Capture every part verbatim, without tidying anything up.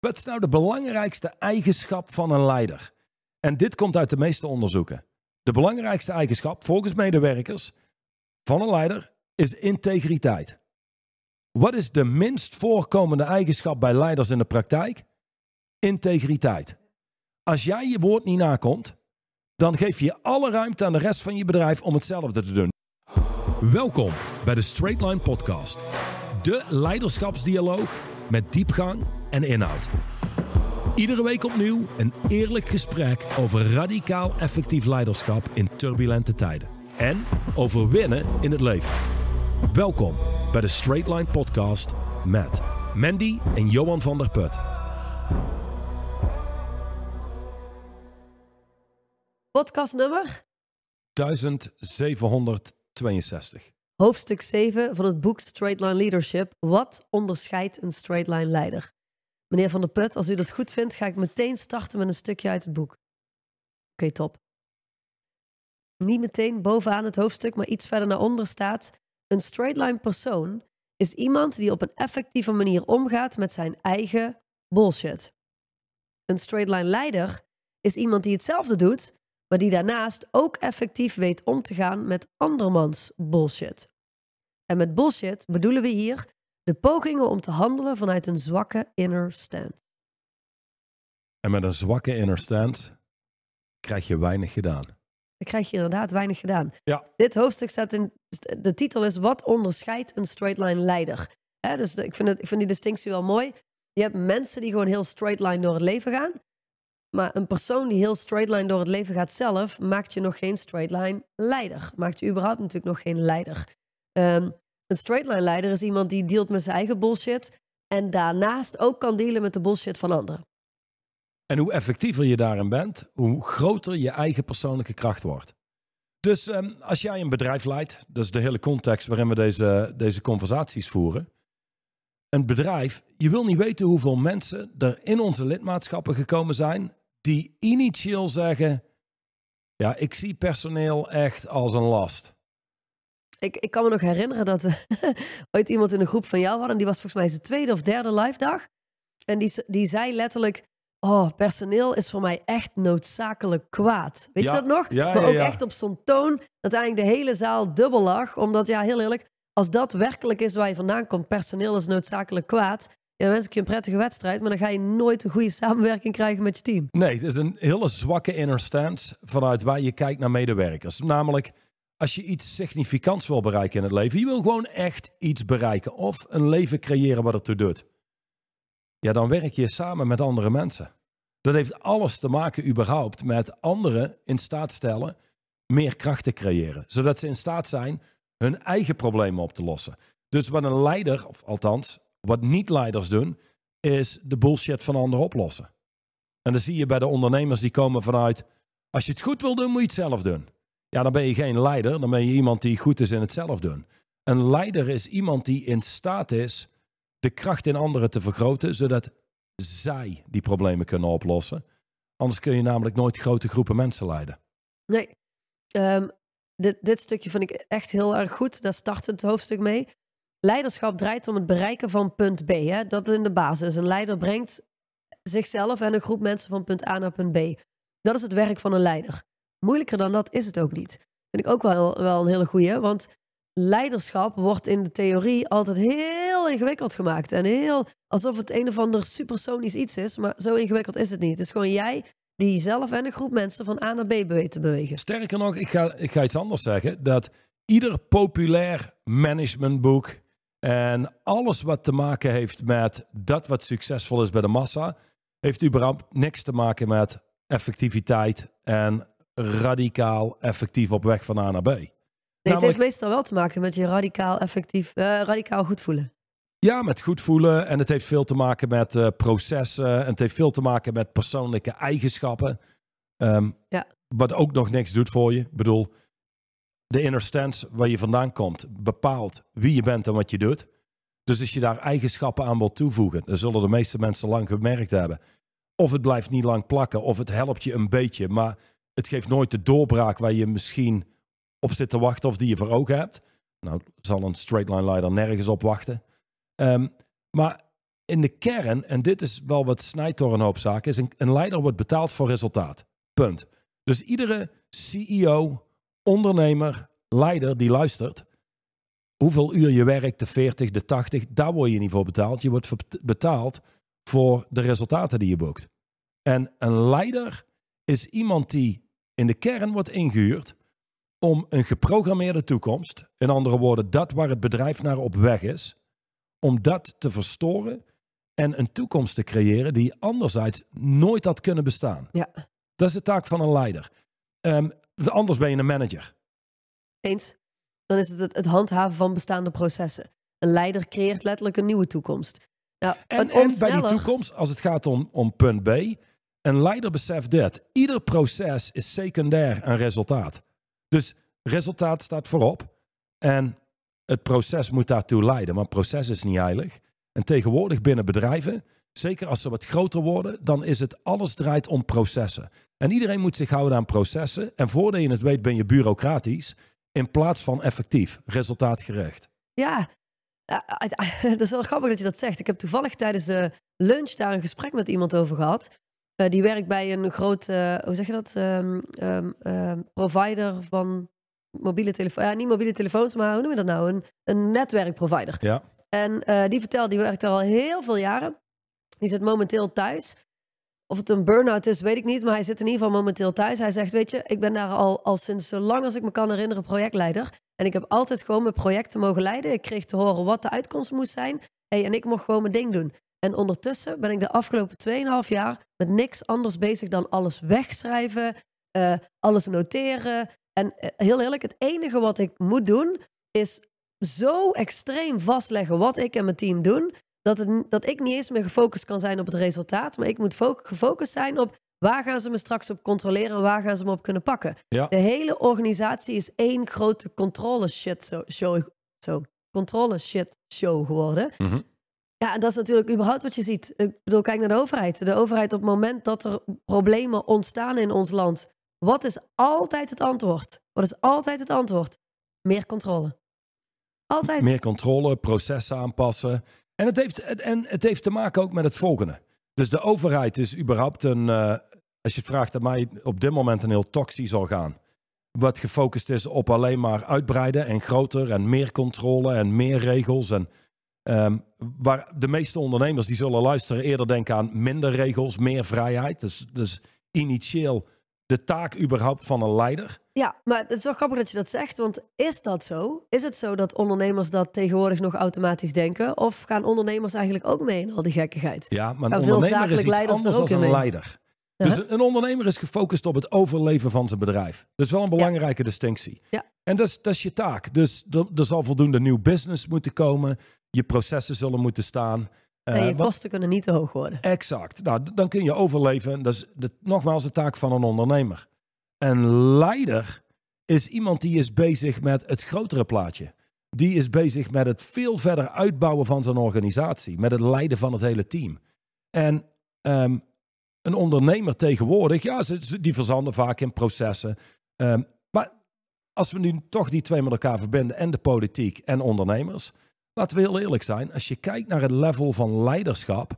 Wat is nou de belangrijkste eigenschap van een leider? En dit komt uit de meeste onderzoeken. De belangrijkste eigenschap, volgens medewerkers, van een leider is integriteit. Wat is de minst voorkomende eigenschap bij leiders in de praktijk? Integriteit. Als jij je woord niet nakomt, dan geef je alle ruimte aan de rest van je bedrijf om hetzelfde te doen. Welkom bij de Straight Line Podcast. De leiderschapsdialoog met diepgang en inhoud. Iedere week opnieuw een eerlijk gesprek over radicaal effectief leiderschap in turbulente tijden. En over winnen in het leven. Welkom bij de Straight Line Podcast met Mandy en Johan van der Put. Podcast nummer? zevenhonderdtweeënzestig. Hoofdstuk zeven van het boek Straight Line Leadership. Wat onderscheidt een straight line leider? Meneer Van der Put, als u dat goed vindt, ga ik meteen starten met een stukje uit het boek. Oké, okay, top. Niet meteen bovenaan het hoofdstuk, maar iets verder naar onder staat. Een straight line persoon is iemand die op een effectieve manier omgaat met zijn eigen bullshit. Een straight line leider is iemand die hetzelfde doet, maar die daarnaast ook effectief weet om te gaan met andermans bullshit. En met bullshit bedoelen we hier de pogingen om te handelen vanuit een zwakke inner stance. En met een zwakke inner stance krijg je weinig gedaan. Dan krijg je inderdaad weinig gedaan. Ja. Dit hoofdstuk staat in, de titel is Wat onderscheidt een straight line leider? He, dus de, ik, vind het, ik vind die distinctie wel mooi. Je hebt mensen die gewoon heel straight line door het leven gaan. Maar een persoon die heel straight line door het leven gaat zelf, maakt je nog geen straight line leider. Maakt je überhaupt natuurlijk nog geen leider. Um, een straight line leider is iemand die dealt met zijn eigen bullshit en daarnaast ook kan dealen met de bullshit van anderen. En hoe effectiever je daarin bent, hoe groter je eigen persoonlijke kracht wordt. Dus um, als jij een bedrijf leidt, dat is de hele context waarin we deze, deze conversaties voeren. Een bedrijf, je wil niet weten hoeveel mensen er in onze lidmaatschappen gekomen zijn die initieel zeggen, ja, ik zie personeel echt als een last. Ik, ik kan me nog herinneren dat we ooit iemand in een groep van jou hadden. Die was volgens mij zijn tweede of derde live dag. En die, die zei letterlijk, oh, personeel is voor mij echt noodzakelijk kwaad. Weet ja, je dat nog? Ja, maar ja, ook ja. echt op zo'n toon dat eigenlijk de hele zaal dubbel lag. Omdat, ja, heel eerlijk, als dat werkelijk is waar je vandaan komt, personeel is noodzakelijk kwaad. Ja, dan wens ik je een prettige wedstrijd, maar dan ga je nooit een goede samenwerking krijgen met je team. Nee, het is een hele zwakke inner stance vanuit waar je kijkt naar medewerkers. Namelijk, als je iets significants wil bereiken in het leven, je wil gewoon echt iets bereiken of een leven creëren wat ertoe doet. Ja, dan werk je samen met andere mensen. Dat heeft alles te maken überhaupt met anderen in staat stellen meer kracht te creëren. Zodat ze in staat zijn hun eigen problemen op te lossen. Dus wat een leider, of althans wat niet-leiders doen, is de bullshit van anderen oplossen. En dan zie je bij de ondernemers die komen vanuit, als je het goed wil doen, moet je het zelf doen. Ja, dan ben je geen leider, dan ben je iemand die goed is in het zelf doen. Een leider is iemand die in staat is de kracht in anderen te vergroten, zodat zij die problemen kunnen oplossen. Anders kun je namelijk nooit grote groepen mensen leiden. Nee, um, dit, dit stukje vind ik echt heel erg goed. Daar start het hoofdstuk mee. Leiderschap draait om het bereiken van punt B. Hè? Dat is in de basis. Een leider brengt zichzelf en een groep mensen van punt A naar punt B. Dat is het werk van een leider. Moeilijker dan dat is het ook niet. Vind ik ook wel, wel een hele goeie. Want leiderschap wordt in de theorie altijd heel ingewikkeld gemaakt. En heel alsof het een of ander supersonisch iets is. Maar zo ingewikkeld is het niet. Het is gewoon jij die zelf en een groep mensen van A naar B weet te bewegen. Sterker nog, ik ga, ik ga iets anders zeggen. Dat ieder populair managementboek en alles wat te maken heeft met dat wat succesvol is bij de massa, heeft überhaupt niks te maken met effectiviteit en radicaal effectief op weg van A naar B. Nee, Namelijk, het heeft meestal wel te maken met je radicaal effectief, uh, radicaal goed voelen. Ja, met goed voelen. En het heeft veel te maken met uh, processen. En het heeft veel te maken met persoonlijke eigenschappen. Um, ja. Wat ook nog niks doet voor je. Ik bedoel, de inner stance waar je vandaan komt bepaalt wie je bent en wat je doet. Dus als je daar eigenschappen aan wilt toevoegen, dan zullen de meeste mensen lang gemerkt hebben. Of het blijft niet lang plakken, of het helpt je een beetje. Maar het geeft nooit de doorbraak waar je misschien op zit te wachten of die je voor ogen hebt. Nou, zal een straight line leider nergens op wachten. Um, maar in de kern, en dit is wel wat snijdt door een hoop zaken, is een, een leider wordt betaald voor resultaat. Punt. Dus iedere C E O, ondernemer, leider die luistert, hoeveel uur je werkt, de veertig, de tachtig, daar word je niet voor betaald. Je wordt betaald voor de resultaten die je boekt. En een leider is iemand die in de kern wordt ingehuurd om een geprogrammeerde toekomst, in andere woorden, dat waar het bedrijf naar op weg is, om dat te verstoren en een toekomst te creëren die anderzijds nooit had kunnen bestaan. Ja. Dat is de taak van een leider. Um, anders ben je een manager. Eens. Dan is het, het het handhaven van bestaande processen. Een leider creëert letterlijk een nieuwe toekomst. Nou, En, en en sneller... bij die toekomst, als het gaat om, om punt B, een leider beseft dit. Ieder proces is secundair aan resultaat. Dus resultaat staat voorop. En het proces moet daartoe leiden. Maar het proces is niet heilig. En tegenwoordig binnen bedrijven, zeker als ze wat groter worden, dan is het alles draait om processen. En iedereen moet zich houden aan processen. En voordat je het weet ben je bureaucratisch in plaats van effectief, resultaatgericht. Ja, dat is wel grappig dat je dat zegt. Ik heb toevallig tijdens de lunch daar een gesprek met iemand over gehad. Uh, die werkt bij een groot, uh, hoe zeg je dat, um, um, um, provider van mobiele telefoons. Ja, niet mobiele telefoons, maar hoe noem je dat nou? Een, een netwerkprovider. Ja. En uh, die vertelt, die werkt er al heel veel jaren. Die zit momenteel thuis. Of het een burn-out is, weet ik niet. Maar hij zit in ieder geval momenteel thuis. Hij zegt, weet je, ik ben daar al, al sinds zo lang als ik me kan herinneren projectleider. En ik heb altijd gewoon mijn projecten mogen leiden. Ik kreeg te horen wat de uitkomst moest zijn. Hey, en ik mocht gewoon mijn ding doen. En ondertussen ben ik de afgelopen tweeënhalf jaar met niks anders bezig dan alles wegschrijven. Uh, alles noteren. En uh, heel eerlijk, het enige wat ik moet doen is zo extreem vastleggen wat ik en mijn team doen, dat, het, dat ik niet eens meer gefocust kan zijn op het resultaat, maar ik moet fo- gefocust zijn op waar gaan ze me straks op controleren en waar gaan ze me op kunnen pakken. Ja. De hele organisatie is één grote controle shit show, zo, controle shit show geworden. Mm-hmm. Ja, en dat is natuurlijk überhaupt wat je ziet. Ik bedoel, kijk naar de overheid. De overheid op het moment dat er problemen ontstaan in ons land, wat is altijd het antwoord? Wat is altijd het antwoord? Meer controle. Altijd. Meer controle, processen aanpassen. En het heeft, en het heeft te maken ook met het volgende. Dus de overheid is überhaupt een, uh, als je het vraagt aan mij, op dit moment een heel toxisch orgaan. Wat gefocust is op alleen maar uitbreiden en groter en meer controle en meer regels. En um, waar de meeste ondernemers die zullen luisteren eerder denken aan minder regels, meer vrijheid. Dus, dus initieel de taak überhaupt van een leider. Ja, maar het is wel grappig dat je dat zegt, want is dat zo? Is het zo dat ondernemers dat tegenwoordig nog automatisch denken? Of gaan ondernemers eigenlijk ook mee in al die gekkigheid? Ja, maar gaan een ondernemer is iets anders dan een mee? leider. Uh-huh. Dus een ondernemer is gefocust op het overleven van zijn bedrijf. Dat is wel een belangrijke ja. distinctie. Ja. En dat is, dat is je taak. Dus er, er zal voldoende nieuw business moeten komen. Je processen zullen moeten staan. En je uh, kosten wat, kunnen niet te hoog worden. Exact. Nou, dan kun je overleven. Dat is de, nogmaals de taak van een ondernemer. Een leider is iemand die is bezig met het grotere plaatje. Die is bezig met het veel verder uitbouwen van zijn organisatie. Met het leiden van het hele team. En um, een ondernemer tegenwoordig, ja, ze, die verzanden vaak in processen. Um, maar als we nu toch die twee met elkaar verbinden, en de politiek en ondernemers, laten we heel eerlijk zijn, als je kijkt naar het level van leiderschap,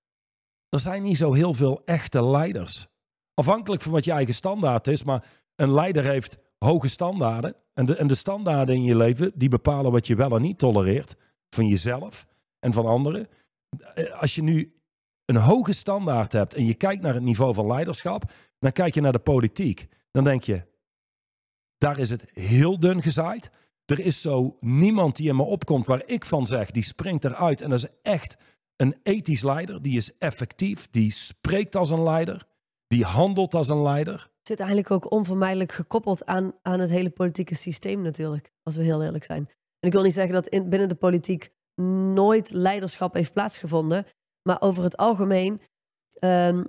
er zijn niet zo heel veel echte leiders. Afhankelijk van wat je eigen standaard is, maar een leider heeft hoge standaarden. En de, en de standaarden in je leven, die bepalen wat je wel en niet tolereert. Van jezelf en van anderen. Als je nu een hoge standaard hebt en je kijkt naar het niveau van leiderschap, dan kijk je naar de politiek. Dan denk je, daar is het heel dun gezaaid. Er is zo niemand die in me opkomt waar ik van zeg, die springt eruit. En dat is echt een ethisch leider. Die is effectief, die spreekt als een leider. Die handelt als een leider. Het zit eigenlijk ook onvermijdelijk gekoppeld aan, aan het hele politieke systeem natuurlijk. Als we heel eerlijk zijn. En ik wil niet zeggen dat in, binnen de politiek nooit leiderschap heeft plaatsgevonden. Maar over het algemeen um,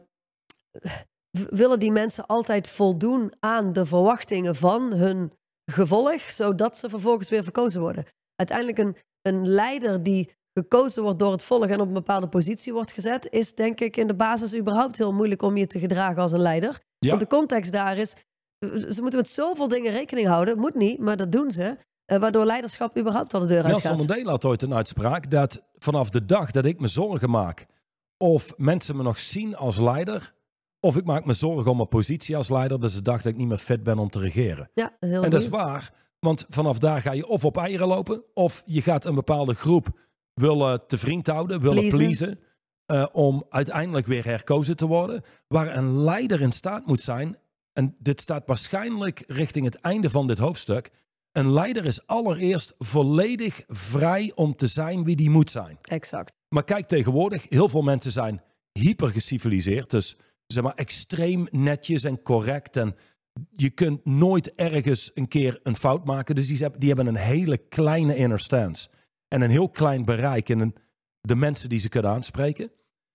willen die mensen altijd voldoen aan de verwachtingen van hun gevolg. Zodat ze vervolgens weer verkozen worden. Uiteindelijk een, een leider die gekozen wordt door het volk en op een bepaalde positie wordt gezet, is denk ik in de basis überhaupt heel moeilijk om je te gedragen als een leider. Ja. Want de context daar is, ze moeten met zoveel dingen rekening houden. Moet niet, maar dat doen ze. Uh, waardoor leiderschap überhaupt al de deur uitgaat. Nelson Mandela had ooit een uitspraak dat vanaf de dag dat ik me zorgen maak of mensen me nog zien als leider, of ik maak me zorgen om mijn positie als leider, dat is de dag dat ik niet meer fit ben om te regeren. Ja, heel en dat goed. is waar, want vanaf daar ga je of op eieren lopen, of je gaat een bepaalde groep willen te vriend houden, willen pleasen, pleasen uh, om uiteindelijk weer herkozen te worden. Waar een leider in staat moet zijn, en dit staat waarschijnlijk richting het einde van dit hoofdstuk, een leider is allereerst volledig vrij om te zijn wie die moet zijn. Exact. Maar kijk tegenwoordig, heel veel mensen zijn hyper geciviliseerd, dus zeg maar extreem netjes en correct en je kunt nooit ergens een keer een fout maken. Dus die hebben, die hebben een hele kleine inner stance. En een heel klein bereik in een, de mensen die ze kunnen aanspreken.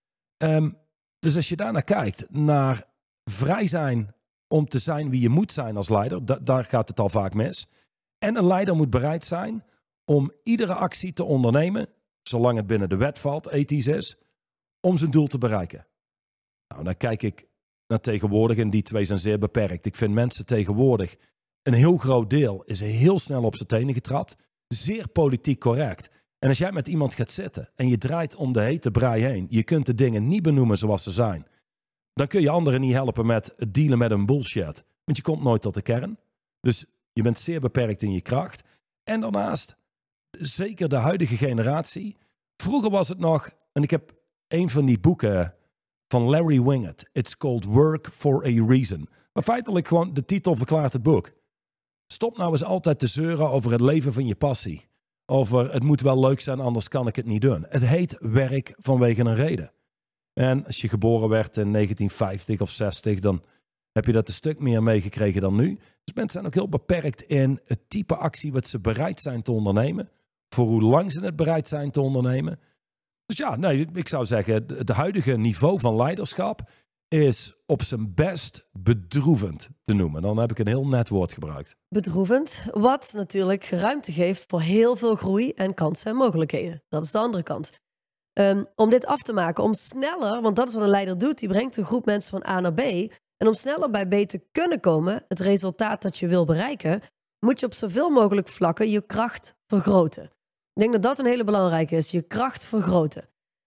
Um, dus als je daarnaar kijkt, naar vrij zijn om te zijn wie je moet zijn als leider, da- daar gaat het al vaak mis. En een leider moet bereid zijn om iedere actie te ondernemen, zolang het binnen de wet valt, ethisch is, om zijn doel te bereiken. Nou, dan kijk ik naar tegenwoordig en die twee zijn zeer beperkt. Ik vind mensen tegenwoordig, een heel groot deel is heel snel op zijn tenen getrapt. Zeer politiek correct. En als jij met iemand gaat zitten en je draait om de hete brei heen, je kunt de dingen niet benoemen zoals ze zijn, dan kun je anderen niet helpen met het dealen met een bullshit. Want je komt nooit tot de kern. Dus je bent zeer beperkt in je kracht. En daarnaast, zeker de huidige generatie. Vroeger was het nog, en ik heb een van die boeken van Larry Winget. It's called Work for a Reason. Maar feitelijk gewoon, de titel verklaart het boek. Stop nou eens altijd te zeuren over het leven van je passie. Over het moet wel leuk zijn, anders kan ik het niet doen. Het heet werk vanwege een reden. En als je geboren werd in negentien vijftig of zestig, dan heb je dat een stuk meer meegekregen dan nu. Dus mensen zijn ook heel beperkt in het type actie wat ze bereid zijn te ondernemen. Voor hoe lang ze het bereid zijn te ondernemen. Dus ja, nee, ik zou zeggen, het huidige niveau van leiderschap is op zijn best bedroevend te noemen. Dan heb ik een heel net woord gebruikt. Bedroevend, wat natuurlijk ruimte geeft voor heel veel groei en kansen en mogelijkheden. Dat is de andere kant. Um, om dit af te maken, om sneller, want dat is wat een leider doet, die brengt een groep mensen van A naar B. En om sneller bij B te kunnen komen, het resultaat dat je wil bereiken, moet je op zoveel mogelijk vlakken je kracht vergroten. Ik denk dat dat een hele belangrijke is, je kracht vergroten.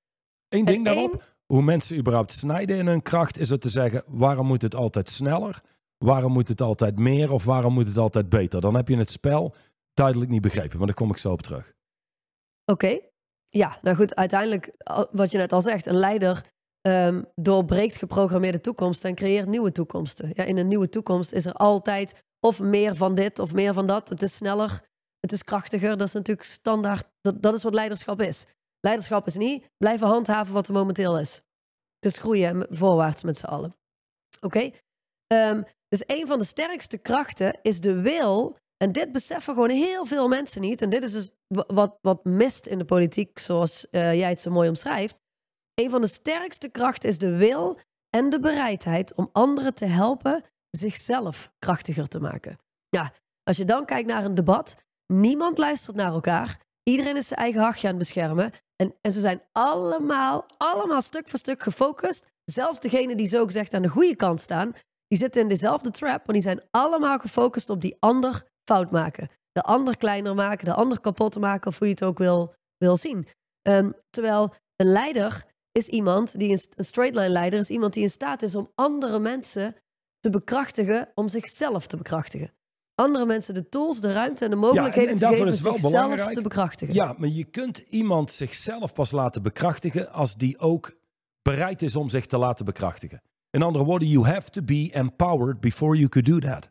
Eén ding en daarop, één... hoe mensen überhaupt snijden in hun kracht, is het te zeggen, waarom moet het altijd sneller? Waarom moet het altijd meer? Of waarom moet het altijd beter? Dan heb je het spel duidelijk niet begrepen, maar daar kom ik zo op terug. Oké, okay. Ja, nou goed, uiteindelijk, wat je net al zegt, een leider um, doorbreekt geprogrammeerde toekomsten en creëert nieuwe toekomsten. Ja, in een nieuwe toekomst is er altijd of meer van dit of meer van dat. Het is sneller, het is krachtiger, dat is natuurlijk standaard, dat, dat is wat leiderschap is. Leiderschap is niet blijven handhaven wat er momenteel is. Het is groeien voorwaarts met z'n allen. Oké, okay? um, dus een van de sterkste krachten is de wil. En dit beseffen gewoon heel veel mensen niet. En dit is dus wat, wat mist in de politiek, zoals uh, jij het zo mooi omschrijft. Een van de sterkste krachten is de wil en de bereidheid om anderen te helpen zichzelf krachtiger te maken. Ja, als je dan kijkt naar een debat, niemand luistert naar elkaar. Iedereen is zijn eigen hachje aan het beschermen. En, en ze zijn allemaal, allemaal stuk voor stuk gefocust. Zelfs degenen die zogezegd aan de goede kant staan, die zitten in dezelfde trap, want die zijn allemaal gefocust op die ander fout maken. De ander kleiner maken, de ander kapot maken, of hoe je het ook wil, wil zien. Um, terwijl een leider is iemand, die een, een straight line leider is iemand die in staat is om andere mensen te bekrachtigen, om zichzelf te bekrachtigen. Andere mensen de tools, de ruimte en de mogelijkheden ja, en, en te geven zichzelf te bekrachtigen. Ja, maar je kunt iemand zichzelf pas laten bekrachtigen als die ook bereid is om zich te laten bekrachtigen. In andere woorden, you have to be empowered before you could do that.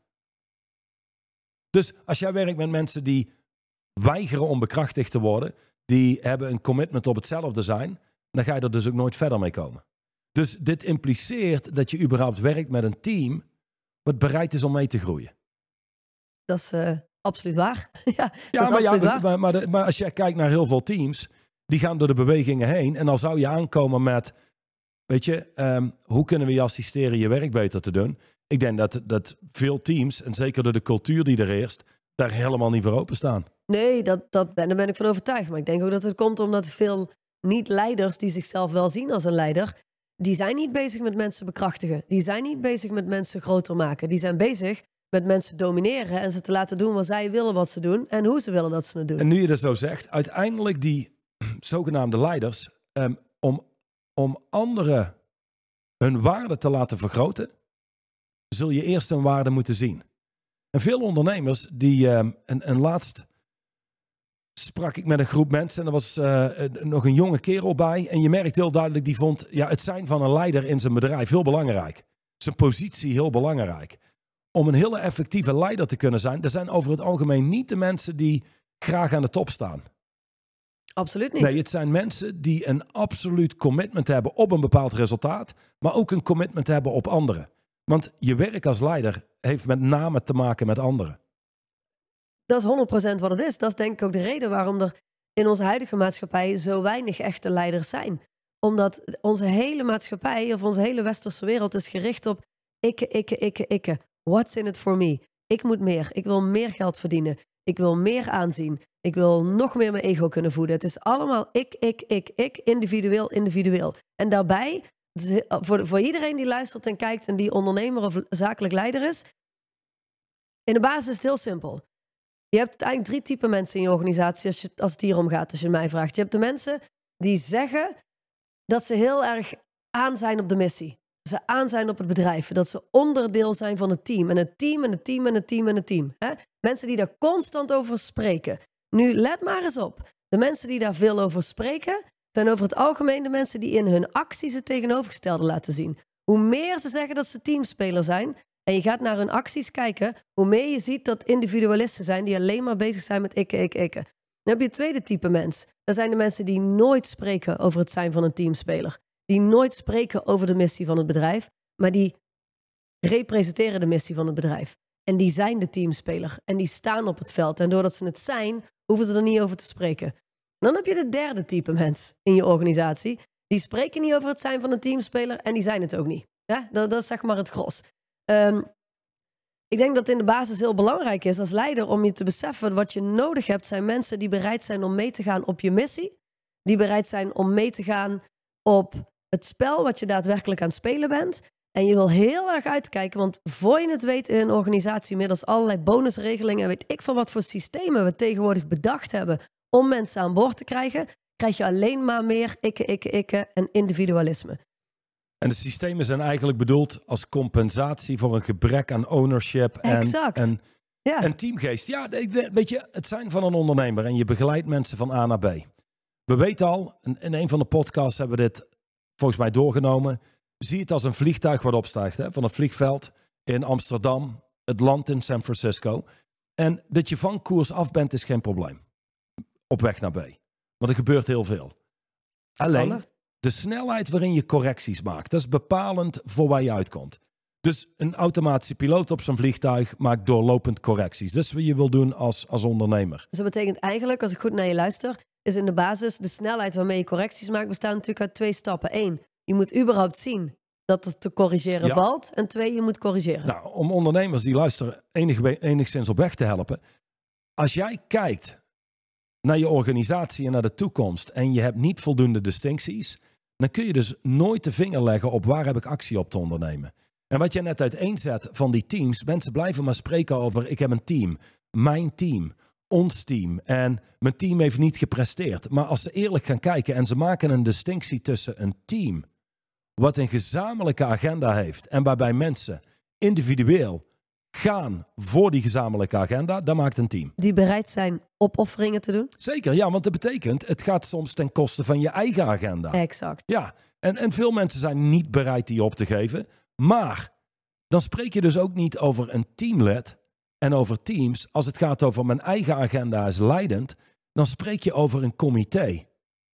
Dus als jij werkt met mensen die weigeren om bekrachtigd te worden, die hebben een commitment op hetzelfde zijn, dan ga je er dus ook nooit verder mee komen. Dus dit impliceert dat je überhaupt werkt met een team wat bereid is om mee te groeien. Dat is uh, absoluut waar. ja, ja, dat maar, is absoluut ja waar. Maar, maar, de, maar als jij kijkt naar heel veel teams, die gaan door de bewegingen heen en dan zou je aankomen met, weet je, um, hoe kunnen we je assisteren je werk beter te doen? Ik denk dat, dat veel teams, en zeker door de cultuur die er heerst, daar helemaal niet voor openstaan. Nee, dat, dat ben, daar ben ik van overtuigd. Maar ik denk ook dat het komt omdat veel niet-leiders die zichzelf wel zien als een leider, die zijn niet bezig met mensen bekrachtigen. Die zijn niet bezig met mensen groter maken. Die zijn bezig met mensen domineren en ze te laten doen wat zij willen wat ze doen en hoe ze willen dat ze het doen. En nu je dat zo zegt, uiteindelijk die zogenaamde leiders, um, om, om anderen hun waarde te laten vergroten, zul je eerst hun waarde moeten zien. En veel ondernemers, die, um, en, en laatst sprak ik met een groep mensen en er was uh, nog een jonge kerel bij en je merkt heel duidelijk, die vond ja, het zijn van een leider in zijn bedrijf heel belangrijk. Zijn positie heel belangrijk. Om een hele effectieve leider te kunnen zijn, er zijn over het algemeen niet de mensen die graag aan de top staan. Absoluut niet. Nee, het zijn mensen die een absoluut commitment hebben op een bepaald resultaat, maar ook een commitment hebben op anderen. Want je werk als leider heeft met name te maken met anderen. Dat is honderd procent wat het is. Dat is denk ik ook de reden waarom er in onze huidige maatschappij zo weinig echte leiders zijn. Omdat onze hele maatschappij of onze hele westerse wereld is gericht op ikke, ikke, ikke, ikke. What's in it for me? Ik moet meer. Ik wil meer geld verdienen. Ik wil meer aanzien. Ik wil nog meer mijn ego kunnen voeden. Het is allemaal ik, ik, ik, ik. Individueel, individueel. En daarbij, voor, voor iedereen die luistert en kijkt en die ondernemer of zakelijk leider is, in de basis is het heel simpel. Je hebt eigenlijk drie typen mensen in je organisatie als, je, als het hier om gaat, als je mij vraagt. Je hebt de mensen die zeggen dat ze heel erg aan zijn op de missie. Dat ze aan zijn op het bedrijf. Dat ze onderdeel zijn van het team. En het team en het team en het team en het team. Hè? Mensen die daar constant over spreken. Nu, let maar eens op. De mensen die daar veel over spreken, zijn over het algemeen de mensen die in hun acties het tegenovergestelde laten zien. Hoe meer ze zeggen dat ze teamspeler zijn, en je gaat naar hun acties kijken, hoe meer je ziet dat individualisten zijn die alleen maar bezig zijn met ikke, ikke, ikke. Dan heb je het tweede type mens. Dat zijn de mensen die nooit spreken over het zijn van een teamspeler. Die nooit spreken over de missie van het bedrijf, maar die representeren de missie van het bedrijf. En die zijn de teamspeler. En die staan op het veld. En doordat ze het zijn, hoeven ze er niet over te spreken. En dan heb je de derde type mens in je organisatie. Die spreken niet over het zijn van een teamspeler en die zijn het ook niet. Ja, dat, dat is zeg maar het gros. Um, ik denk dat het in de basis heel belangrijk is als leider om je te beseffen wat je nodig hebt zijn mensen die bereid zijn om mee te gaan op je missie. Die bereid zijn om mee te gaan op het spel wat je daadwerkelijk aan het spelen bent. En je wil heel erg uitkijken, want voor je het weet in een organisatie middels allerlei bonusregelingen en weet ik van wat voor systemen we tegenwoordig bedacht hebben om mensen aan boord te krijgen, krijg je alleen maar meer ikke, ikke, ikke en individualisme. En de systemen zijn eigenlijk bedoeld als compensatie voor een gebrek aan ownership en, exact. en, ja. en teamgeest. Ja, weet je, het zijn van een ondernemer en je begeleidt mensen van A naar B. We weten al, in een van de podcasts hebben we dit volgens mij doorgenomen. Zie het als een vliegtuig wat opstijgt, hè, van het vliegveld in Amsterdam, het land in San Francisco. En dat je van koers af bent is geen probleem. Op weg naar B. Want er gebeurt heel veel. Alleen Standaard. De snelheid waarin je correcties maakt, dat is bepalend voor waar je uitkomt. Dus een automatische piloot op zijn vliegtuig maakt doorlopend correcties. Dat is wat je wil doen als, als ondernemer. Dus dat betekent eigenlijk, als ik goed naar je luister, is in de basis de snelheid waarmee je correcties maakt bestaat natuurlijk uit twee stappen. Eén, je moet überhaupt zien dat er te corrigeren ja. valt. En twee, je moet corrigeren. Nou, om ondernemers die luisteren enig, enigszins op weg te helpen. Als jij kijkt naar je organisatie en naar de toekomst en je hebt niet voldoende distincties, dan kun je dus nooit de vinger leggen op waar heb ik actie op te ondernemen. En wat je net uiteenzet van die teams, mensen blijven maar spreken over ik heb een team, mijn team, ons team en mijn team heeft niet gepresteerd. Maar als ze eerlijk gaan kijken en ze maken een distinctie tussen een team wat een gezamenlijke agenda heeft en waarbij mensen individueel gaan voor die gezamenlijke agenda, dan maakt een team. Die bereid zijn opofferingen te doen? Zeker, ja, want dat betekent, het gaat soms ten koste van je eigen agenda. Exact. Ja, en, en veel mensen zijn niet bereid die op te geven. Maar dan spreek je dus ook niet over een teamlid en over teams. Als het gaat over mijn eigen agenda is leidend, dan spreek je over een comité.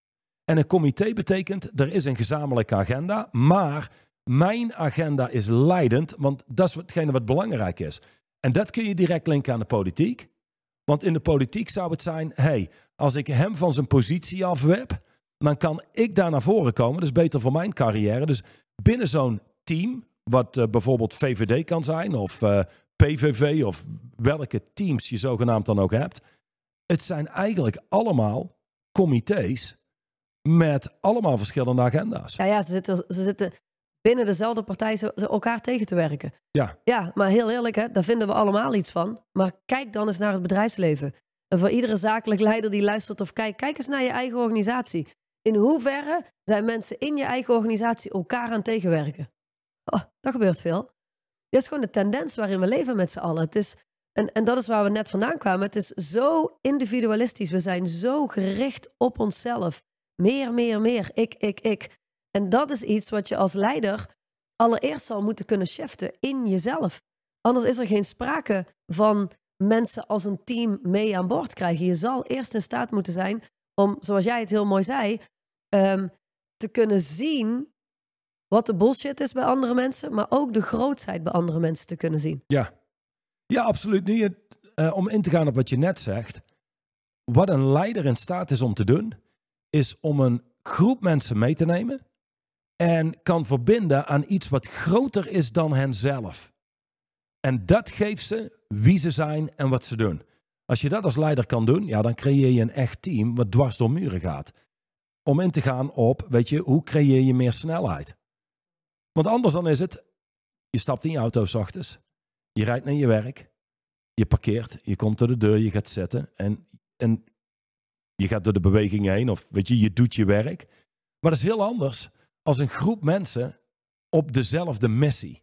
En een comité betekent, er is een gezamenlijke agenda, maar mijn agenda is leidend, want dat is hetgene wat belangrijk is. En dat kun je direct linken aan de politiek. Want in de politiek zou het zijn, hey, als ik hem van zijn positie afweb, dan kan ik daar naar voren komen. Dat is beter voor mijn carrière. Dus binnen zo'n team, wat uh, bijvoorbeeld V V D kan zijn, of uh, P V V, of welke teams je zogenaamd dan ook hebt. Het zijn eigenlijk allemaal comité's met allemaal verschillende agenda's. Ja, ja ze, zitten, ze zitten binnen dezelfde partij ze, ze elkaar tegen te werken. Ja. Ja, maar heel eerlijk, hè, daar vinden we allemaal iets van. Maar kijk dan eens naar het bedrijfsleven. En voor iedere zakelijk leider die luistert of kijkt, kijk eens naar je eigen organisatie. In hoeverre zijn mensen in je eigen organisatie elkaar aan het tegenwerken? Oh, dat gebeurt veel. Dat is gewoon de tendens waarin we leven met z'n allen. Het is, en, en dat is waar we net vandaan kwamen. Het is zo individualistisch. We zijn zo gericht op onszelf. Meer, meer, meer. Ik, ik, ik. En dat is iets wat je als leider allereerst zal moeten kunnen shiften in jezelf. Anders is er geen sprake van mensen als een team mee aan boord krijgen. Je zal eerst in staat moeten zijn om, zoals jij het heel mooi zei, um, te kunnen zien wat de bullshit is bij andere mensen, maar ook de grootheid bij andere mensen te kunnen zien. Ja, ja absoluut. Nu, uh, om in te gaan op wat je net zegt, wat een leider in staat is om te doen, is om een groep mensen mee te nemen en kan verbinden aan iets wat groter is dan henzelf. En dat geeft ze wie ze zijn en wat ze doen. Als je dat als leider kan doen, ja, dan creëer je een echt team wat dwars door muren gaat. Om in te gaan op, weet je, hoe creëer je meer snelheid? Want anders dan is het, je stapt in je auto 's ochtends, je rijdt naar je werk, je parkeert, je komt door de deur, je gaat zitten en, en je gaat door de beweging heen of weet je, je doet je werk. Maar dat is heel anders als een groep mensen op dezelfde missie.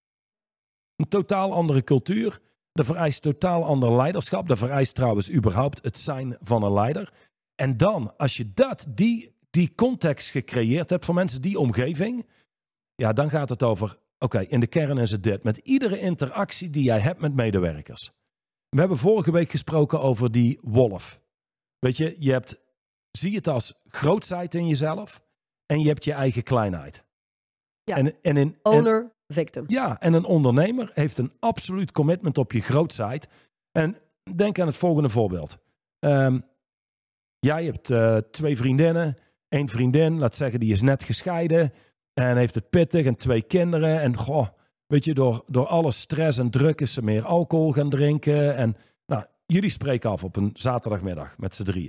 Een totaal andere cultuur, dat vereist totaal ander leiderschap, dat vereist trouwens überhaupt het zijn van een leider. En dan, als je dat, die, die context gecreëerd hebt voor mensen, die omgeving, ja, dan gaat het over, oké, okay, in de kern is het dit. Met iedere interactie die jij hebt met medewerkers. We hebben vorige week gesproken over die wolf. Weet je, je hebt, zie het als grootsheid in jezelf en je hebt je eigen kleinheid. Ja, en, en in, owner, en, victim. Ja, en een ondernemer heeft een absoluut commitment op je grootsheid. En denk aan het volgende voorbeeld. Um, jij hebt uh, twee vriendinnen, één vriendin, laat zeggen, die is net gescheiden en heeft het pittig en twee kinderen. En goh, weet je, door, door alle stress en druk is ze meer alcohol gaan drinken. En nou, jullie spreken af op een zaterdagmiddag met z'n drieën.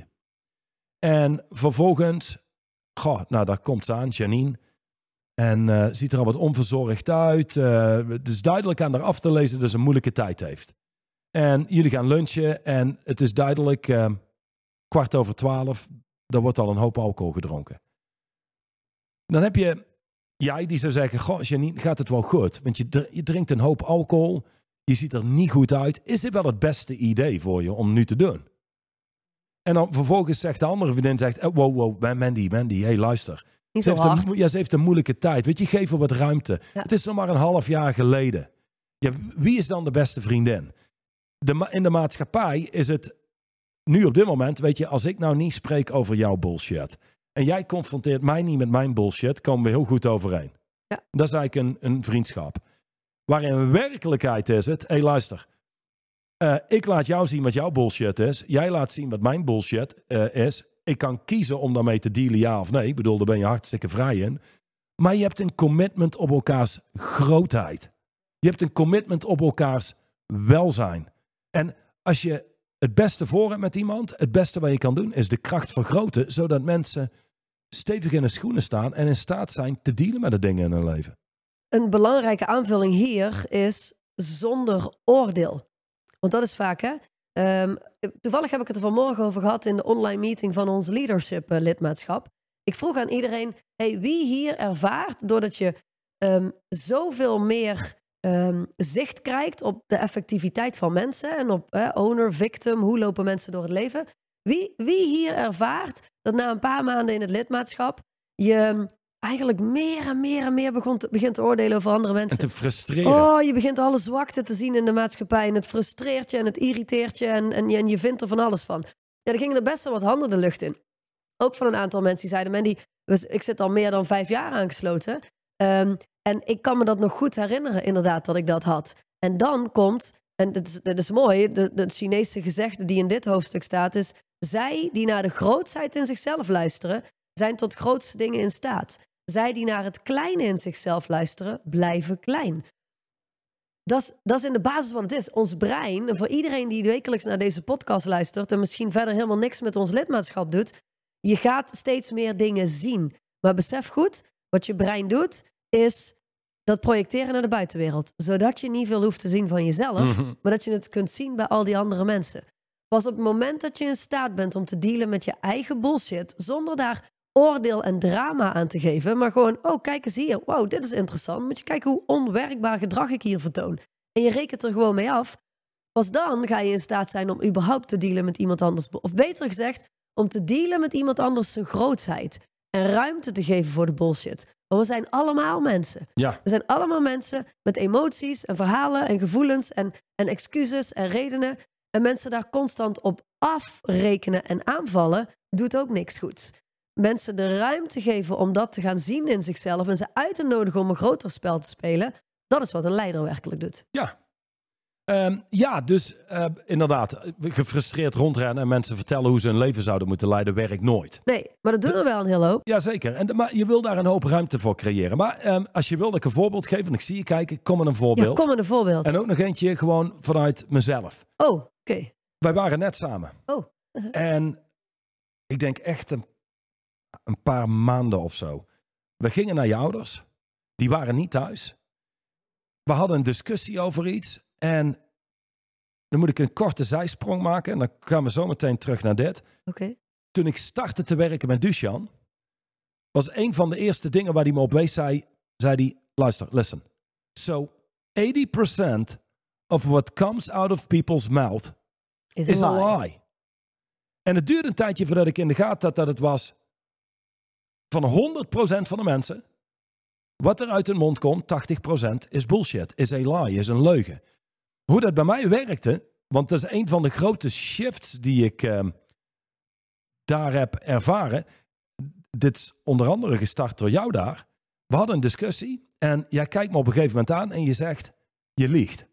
En vervolgens, goh, nou daar komt ze aan, Janine. En uh, ziet er al wat onverzorgd uit. Uh, het is duidelijk aan haar af te lezen dat ze een moeilijke tijd heeft. En jullie gaan lunchen en het is duidelijk uh, kwart over twaalf. Er wordt al een hoop alcohol gedronken. Dan heb je jij die zou zeggen, goh Janine, gaat het wel goed? Want je, je drinkt een hoop alcohol. Je ziet er niet goed uit. Is dit wel het beste idee voor je om nu te doen? En dan vervolgens zegt de andere vriendin, zegt, oh, wow, wow, Mandy, Mandy, hey, luister. Niet Ze zo heeft, hard. een, ja, ze heeft een moeilijke tijd. Weet je, geef haar wat ruimte. Ja. Het is nog maar een half jaar geleden. Ja, wie is dan de beste vriendin? De, in de maatschappij is het nu op dit moment, weet je, als ik nou niet spreek over jouw bullshit en jij confronteert mij niet met mijn bullshit, komen we heel goed overeen. Ja. Dat is eigenlijk een, een vriendschap. Maar in werkelijkheid is het, hé hey, luister, uh, ik laat jou zien wat jouw bullshit is. Jij laat zien wat mijn bullshit uh, is. Ik kan kiezen om daarmee te dealen, ja of nee. Ik bedoel, daar ben je hartstikke vrij in. Maar je hebt een commitment op elkaars grootheid. Je hebt een commitment op elkaars welzijn. En als je het beste voor hebt met iemand, het beste wat je kan doen, is de kracht vergroten, zodat mensen stevig in de schoenen staan en in staat zijn te dealen met de dingen in hun leven. Een belangrijke aanvulling hier is zonder oordeel. Want dat is vaak, hè. Um, toevallig heb ik het er vanmorgen over gehad in de online meeting van ons leadership uh, lidmaatschap. Ik vroeg aan iedereen, hey, wie hier ervaart, doordat je um, zoveel meer um, zicht krijgt op de effectiviteit van mensen en op uh, owner, victim, hoe lopen mensen door het leven. Wie, wie hier ervaart dat na een paar maanden in het lidmaatschap je eigenlijk meer en meer en meer begon te, begint te oordelen over andere mensen. En te frustreren. Oh, je begint alle zwakte te zien in de maatschappij en het frustreert je en het irriteert je en, en, je, en je vindt er van alles van. Ja, er gingen er best wel wat handen de lucht in. Ook van een aantal mensen die zeiden, Mandy, ik zit al meer dan vijf jaar aangesloten. Um, en ik kan me dat nog goed herinneren, inderdaad, dat ik dat had. En dan komt, en dat is, dat is mooi, de, de Chinese gezegde die in dit hoofdstuk staat is, zij die naar de grootsheid in zichzelf luisteren, zijn tot grootste dingen in staat. Zij die naar het kleine in zichzelf luisteren, blijven klein. Dat is, dat is in de basis wat het is. Ons brein, en voor iedereen die wekelijks naar deze podcast luistert en misschien verder helemaal niks met ons lidmaatschap doet, je gaat steeds meer dingen zien. Maar besef goed, wat je brein doet, is dat projecteren naar de buitenwereld. Zodat je niet veel hoeft te zien van jezelf, Mm-hmm. maar dat je het kunt zien bij al die andere mensen. Pas op het moment dat je in staat bent om te dealen met je eigen bullshit, zonder daar oordeel en drama aan te geven, maar gewoon, oh, kijk eens hier, wow, dit is interessant. Moet je kijken hoe onwerkbaar gedrag ik hier vertoon. En je rekent er gewoon mee af. Pas dan ga je in staat zijn om überhaupt te dealen met iemand anders. Of beter gezegd, om te dealen met iemand anders zijn grootsheid. En ruimte te geven voor de bullshit. Want we zijn allemaal mensen. Ja. We zijn allemaal mensen met emoties en verhalen en gevoelens en, en excuses en redenen. En mensen daar constant op afrekenen en aanvallen, doet ook niks goeds. Mensen de ruimte geven om dat te gaan zien in zichzelf en ze uit te nodigen om een groter spel te spelen, dat is wat een leider werkelijk doet. Ja. Um, ja, dus uh, inderdaad, gefrustreerd rondrennen en mensen vertellen hoe ze hun leven zouden moeten leiden, werkt nooit. Nee, maar dat doen er wel een hele hoop. Jazeker, en, maar je wil daar een hoop ruimte voor creëren. Maar um, als je wil dat ik een voorbeeld geef, en ik zie je kijken, kom met een voorbeeld. Ja, kom met een voorbeeld. En ook nog eentje gewoon vanuit mezelf. Oh, oké. Okay. Wij waren net samen. Oh. En ik denk echt een, een paar maanden of zo. We gingen naar je ouders. Die waren niet thuis. We hadden een discussie over iets. En dan moet ik een korte zijsprong maken. En dan gaan we zo meteen terug naar dit. Okay. Toen ik startte te werken met Dusan, was een van de eerste dingen waar hij me op wees, zei, zei hij, luister, listen. So, eighty percent of what comes out of people's mouth is, is a, a lie. lie. En het duurde een tijdje voordat ik in de gaten had dat het was van honderd procent van de mensen, wat er uit hun mond komt, tachtig procent is bullshit, is a lie, is een leugen. Hoe dat bij mij werkte, want dat is een van de grote shifts die ik uh, daar heb ervaren. Dit is onder andere gestart door jou daar. We hadden een discussie en jij kijkt me op een gegeven moment aan en je zegt, je liegt.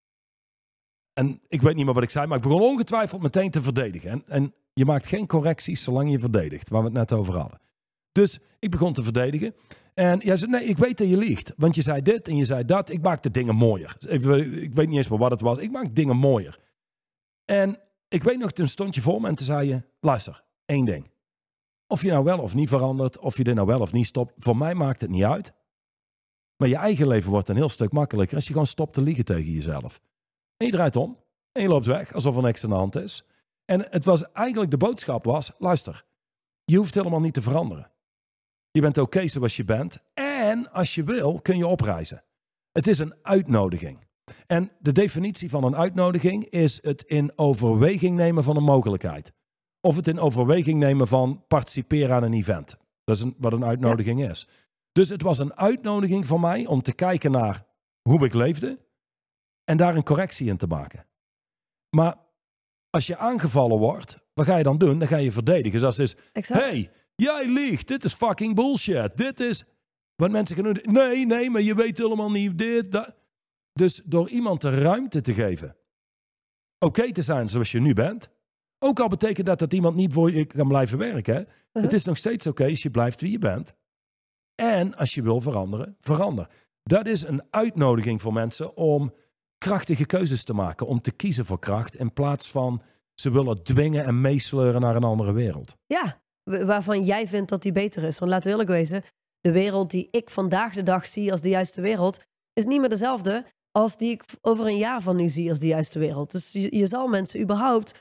En ik weet niet meer wat ik zei, maar ik begon ongetwijfeld meteen te verdedigen. En, en je maakt geen correcties zolang je verdedigt, waar we het net over hadden. Dus ik begon te verdedigen. En jij zei, nee, ik weet dat je liegt. Want je zei dit en je zei dat. Ik maakte dingen mooier. Even, ik weet niet eens meer wat het was. Ik maak dingen mooier. En ik weet nog, toen stond je voor me en toen zei je, luister, één ding. Of je nou wel of niet verandert, of je dit nou wel of niet stopt, voor mij maakt het niet uit. Maar je eigen leven wordt een heel stuk makkelijker als je gewoon stopt te liegen tegen jezelf. En je draait om en je loopt weg, alsof er niks aan de hand is. En het was eigenlijk, de boodschap was, luister, je hoeft helemaal niet te veranderen. Je bent oké okay zoals je bent. En als je wil, kun je opreizen. Het is een uitnodiging. En de definitie van een uitnodiging is het in overweging nemen van een mogelijkheid. Of het in overweging nemen van participeren aan een event. Dat is een, wat een uitnodiging ja. is. Dus het was een uitnodiging voor mij om te kijken naar hoe ik leefde. En daar een correctie in te maken. Maar als je aangevallen wordt, wat ga je dan doen? Dan ga je verdedigen. Dus als het is, exact. Hey, jij liegt, dit is fucking bullshit. Dit is wat mensen gaan doen. Nee, nee, maar je weet helemaal niet dit, dat. Dus door iemand de ruimte te geven, oké okay te zijn zoals je nu bent. Ook al betekent dat dat iemand niet voor je kan blijven werken. Hè? Uh-huh. Het is nog steeds oké okay als je blijft wie je bent. En als je wil veranderen, verander. Dat is een uitnodiging voor mensen om krachtige keuzes te maken. Om te kiezen voor kracht in plaats van ze willen dwingen en meesleuren naar een andere wereld. Ja, waarvan jij vindt dat die beter is. Want laten we eerlijk wezen, de wereld die ik vandaag de dag zie als de juiste wereld, is niet meer dezelfde als die ik over een jaar van nu zie als de juiste wereld. Dus je, je zal mensen überhaupt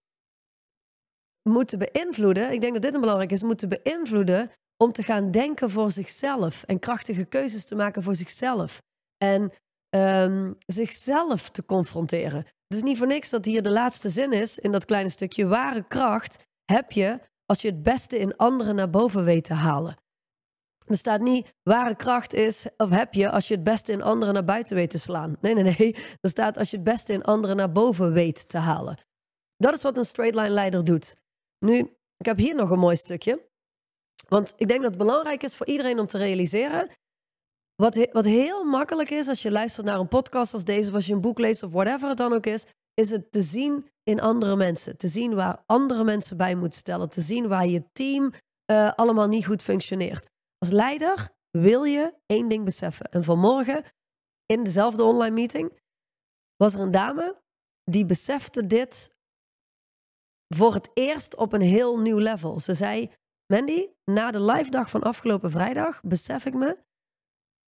moeten beïnvloeden, ik denk dat dit een belangrijk is, moeten beïnvloeden om te gaan denken voor zichzelf en krachtige keuzes te maken voor zichzelf. En um, zichzelf te confronteren. Het is niet voor niks dat hier de laatste zin is in dat kleine stukje. Ware kracht heb je als je het beste in anderen naar boven weet te halen. Er staat niet, ware kracht is, of heb je als je het beste in anderen naar buiten weet te slaan. Nee, nee, nee. Er staat als je het beste in anderen naar boven weet te halen. Dat is wat een straight line leider doet. Nu, ik heb hier nog een mooi stukje. Want ik denk dat het belangrijk is voor iedereen om te realiseren. Wat, he- wat heel makkelijk is als je luistert naar een podcast als deze, of als je een boek leest of whatever het dan ook is, is het te zien in andere mensen. Te zien waar andere mensen bij moeten stellen. Te zien waar je team uh, allemaal niet goed functioneert. Als leider wil je één ding beseffen. En vanmorgen, in dezelfde online meeting, was er een dame die besefte dit voor het eerst op een heel nieuw level. Ze zei, Mandy, na de live dag van afgelopen vrijdag besef ik me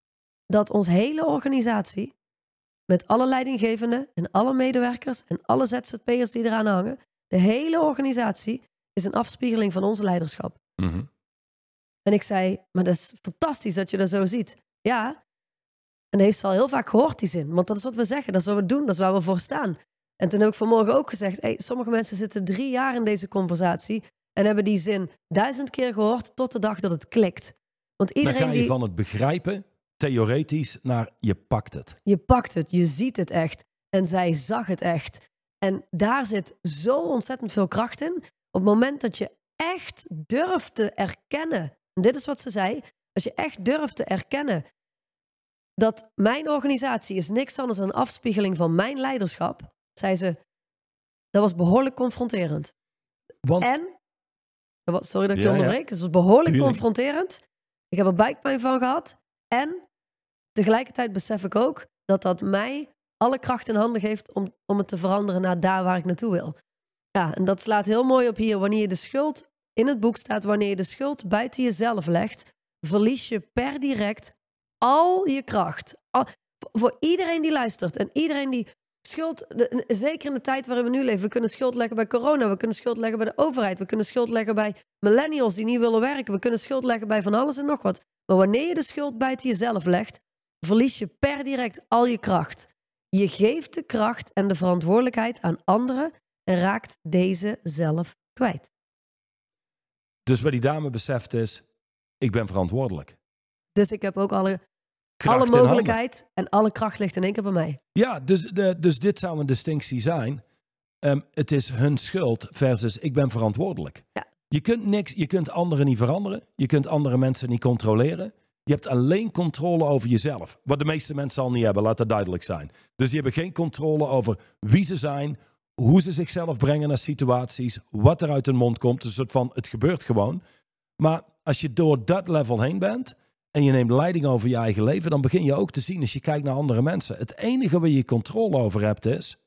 dat ons hele organisatie, met alle leidinggevenden en alle medewerkers en alle Z Z P'ers die eraan hangen, de hele organisatie is een afspiegeling van onze leiderschap. Mm-hmm. En ik zei, maar dat is fantastisch dat je dat zo ziet. Ja, en dat heeft ze al heel vaak gehoord, die zin. Want dat is wat we zeggen, dat is wat we doen, dat is waar we voor staan. En toen heb ik vanmorgen ook gezegd, hey, sommige mensen zitten drie jaar in deze conversatie en hebben die zin duizend keer gehoord tot de dag dat het klikt. Want iedereen Dan ga je die... van het begrijpen, theoretisch, naar je pakt het. Je pakt het, je ziet het echt. En zij zag het echt. En daar zit zo ontzettend veel kracht in. Op het moment dat je echt durft te erkennen, en dit is wat ze zei, als je echt durft te erkennen dat mijn organisatie is niks anders dan een afspiegeling van mijn leiderschap, zei ze, dat was behoorlijk confronterend. Want... En, sorry dat ik Ja, je ja. onderbreek, het was behoorlijk Tuurlijk. confronterend. Ik heb er buikpijn van gehad. En tegelijkertijd besef ik ook dat dat mij alle kracht in handen geeft om, om het te veranderen naar daar waar ik naartoe wil. Ja, en dat slaat heel mooi op hier. Wanneer je de schuld, in het boek staat, wanneer je de schuld buiten jezelf legt, verlies je per direct al je kracht. Al, voor iedereen die luistert en iedereen die schuld, de, zeker in de tijd waarin we nu leven, we kunnen schuld leggen bij corona, we kunnen schuld leggen bij de overheid, we kunnen schuld leggen bij millennials die niet willen werken, we kunnen schuld leggen bij van alles en nog wat. Maar wanneer je de schuld buiten jezelf legt, verlies je per direct al je kracht. Je geeft de kracht en de verantwoordelijkheid aan anderen en raakt deze zelf kwijt. Dus wat die dame beseft is, ik ben verantwoordelijk. Dus ik heb ook alle, Kracht alle in handen. mogelijkheid en alle kracht ligt in één keer bij mij. Ja, dus, de, dus dit zou een distinctie zijn. Um, het is hun schuld versus ik ben verantwoordelijk. Ja. Je kunt niks, je kunt anderen niet veranderen. Je kunt andere mensen niet controleren. Je hebt alleen controle over jezelf. Wat de meeste mensen al niet hebben, laat dat duidelijk zijn. Dus die hebben geen controle over wie ze zijn, hoe ze zichzelf brengen naar situaties, wat er uit hun mond komt. Een soort van, het gebeurt gewoon. Maar als je door dat level heen bent en je neemt leiding over je eigen leven, dan begin je ook te zien als je kijkt naar andere mensen. Het enige waar je controle over hebt is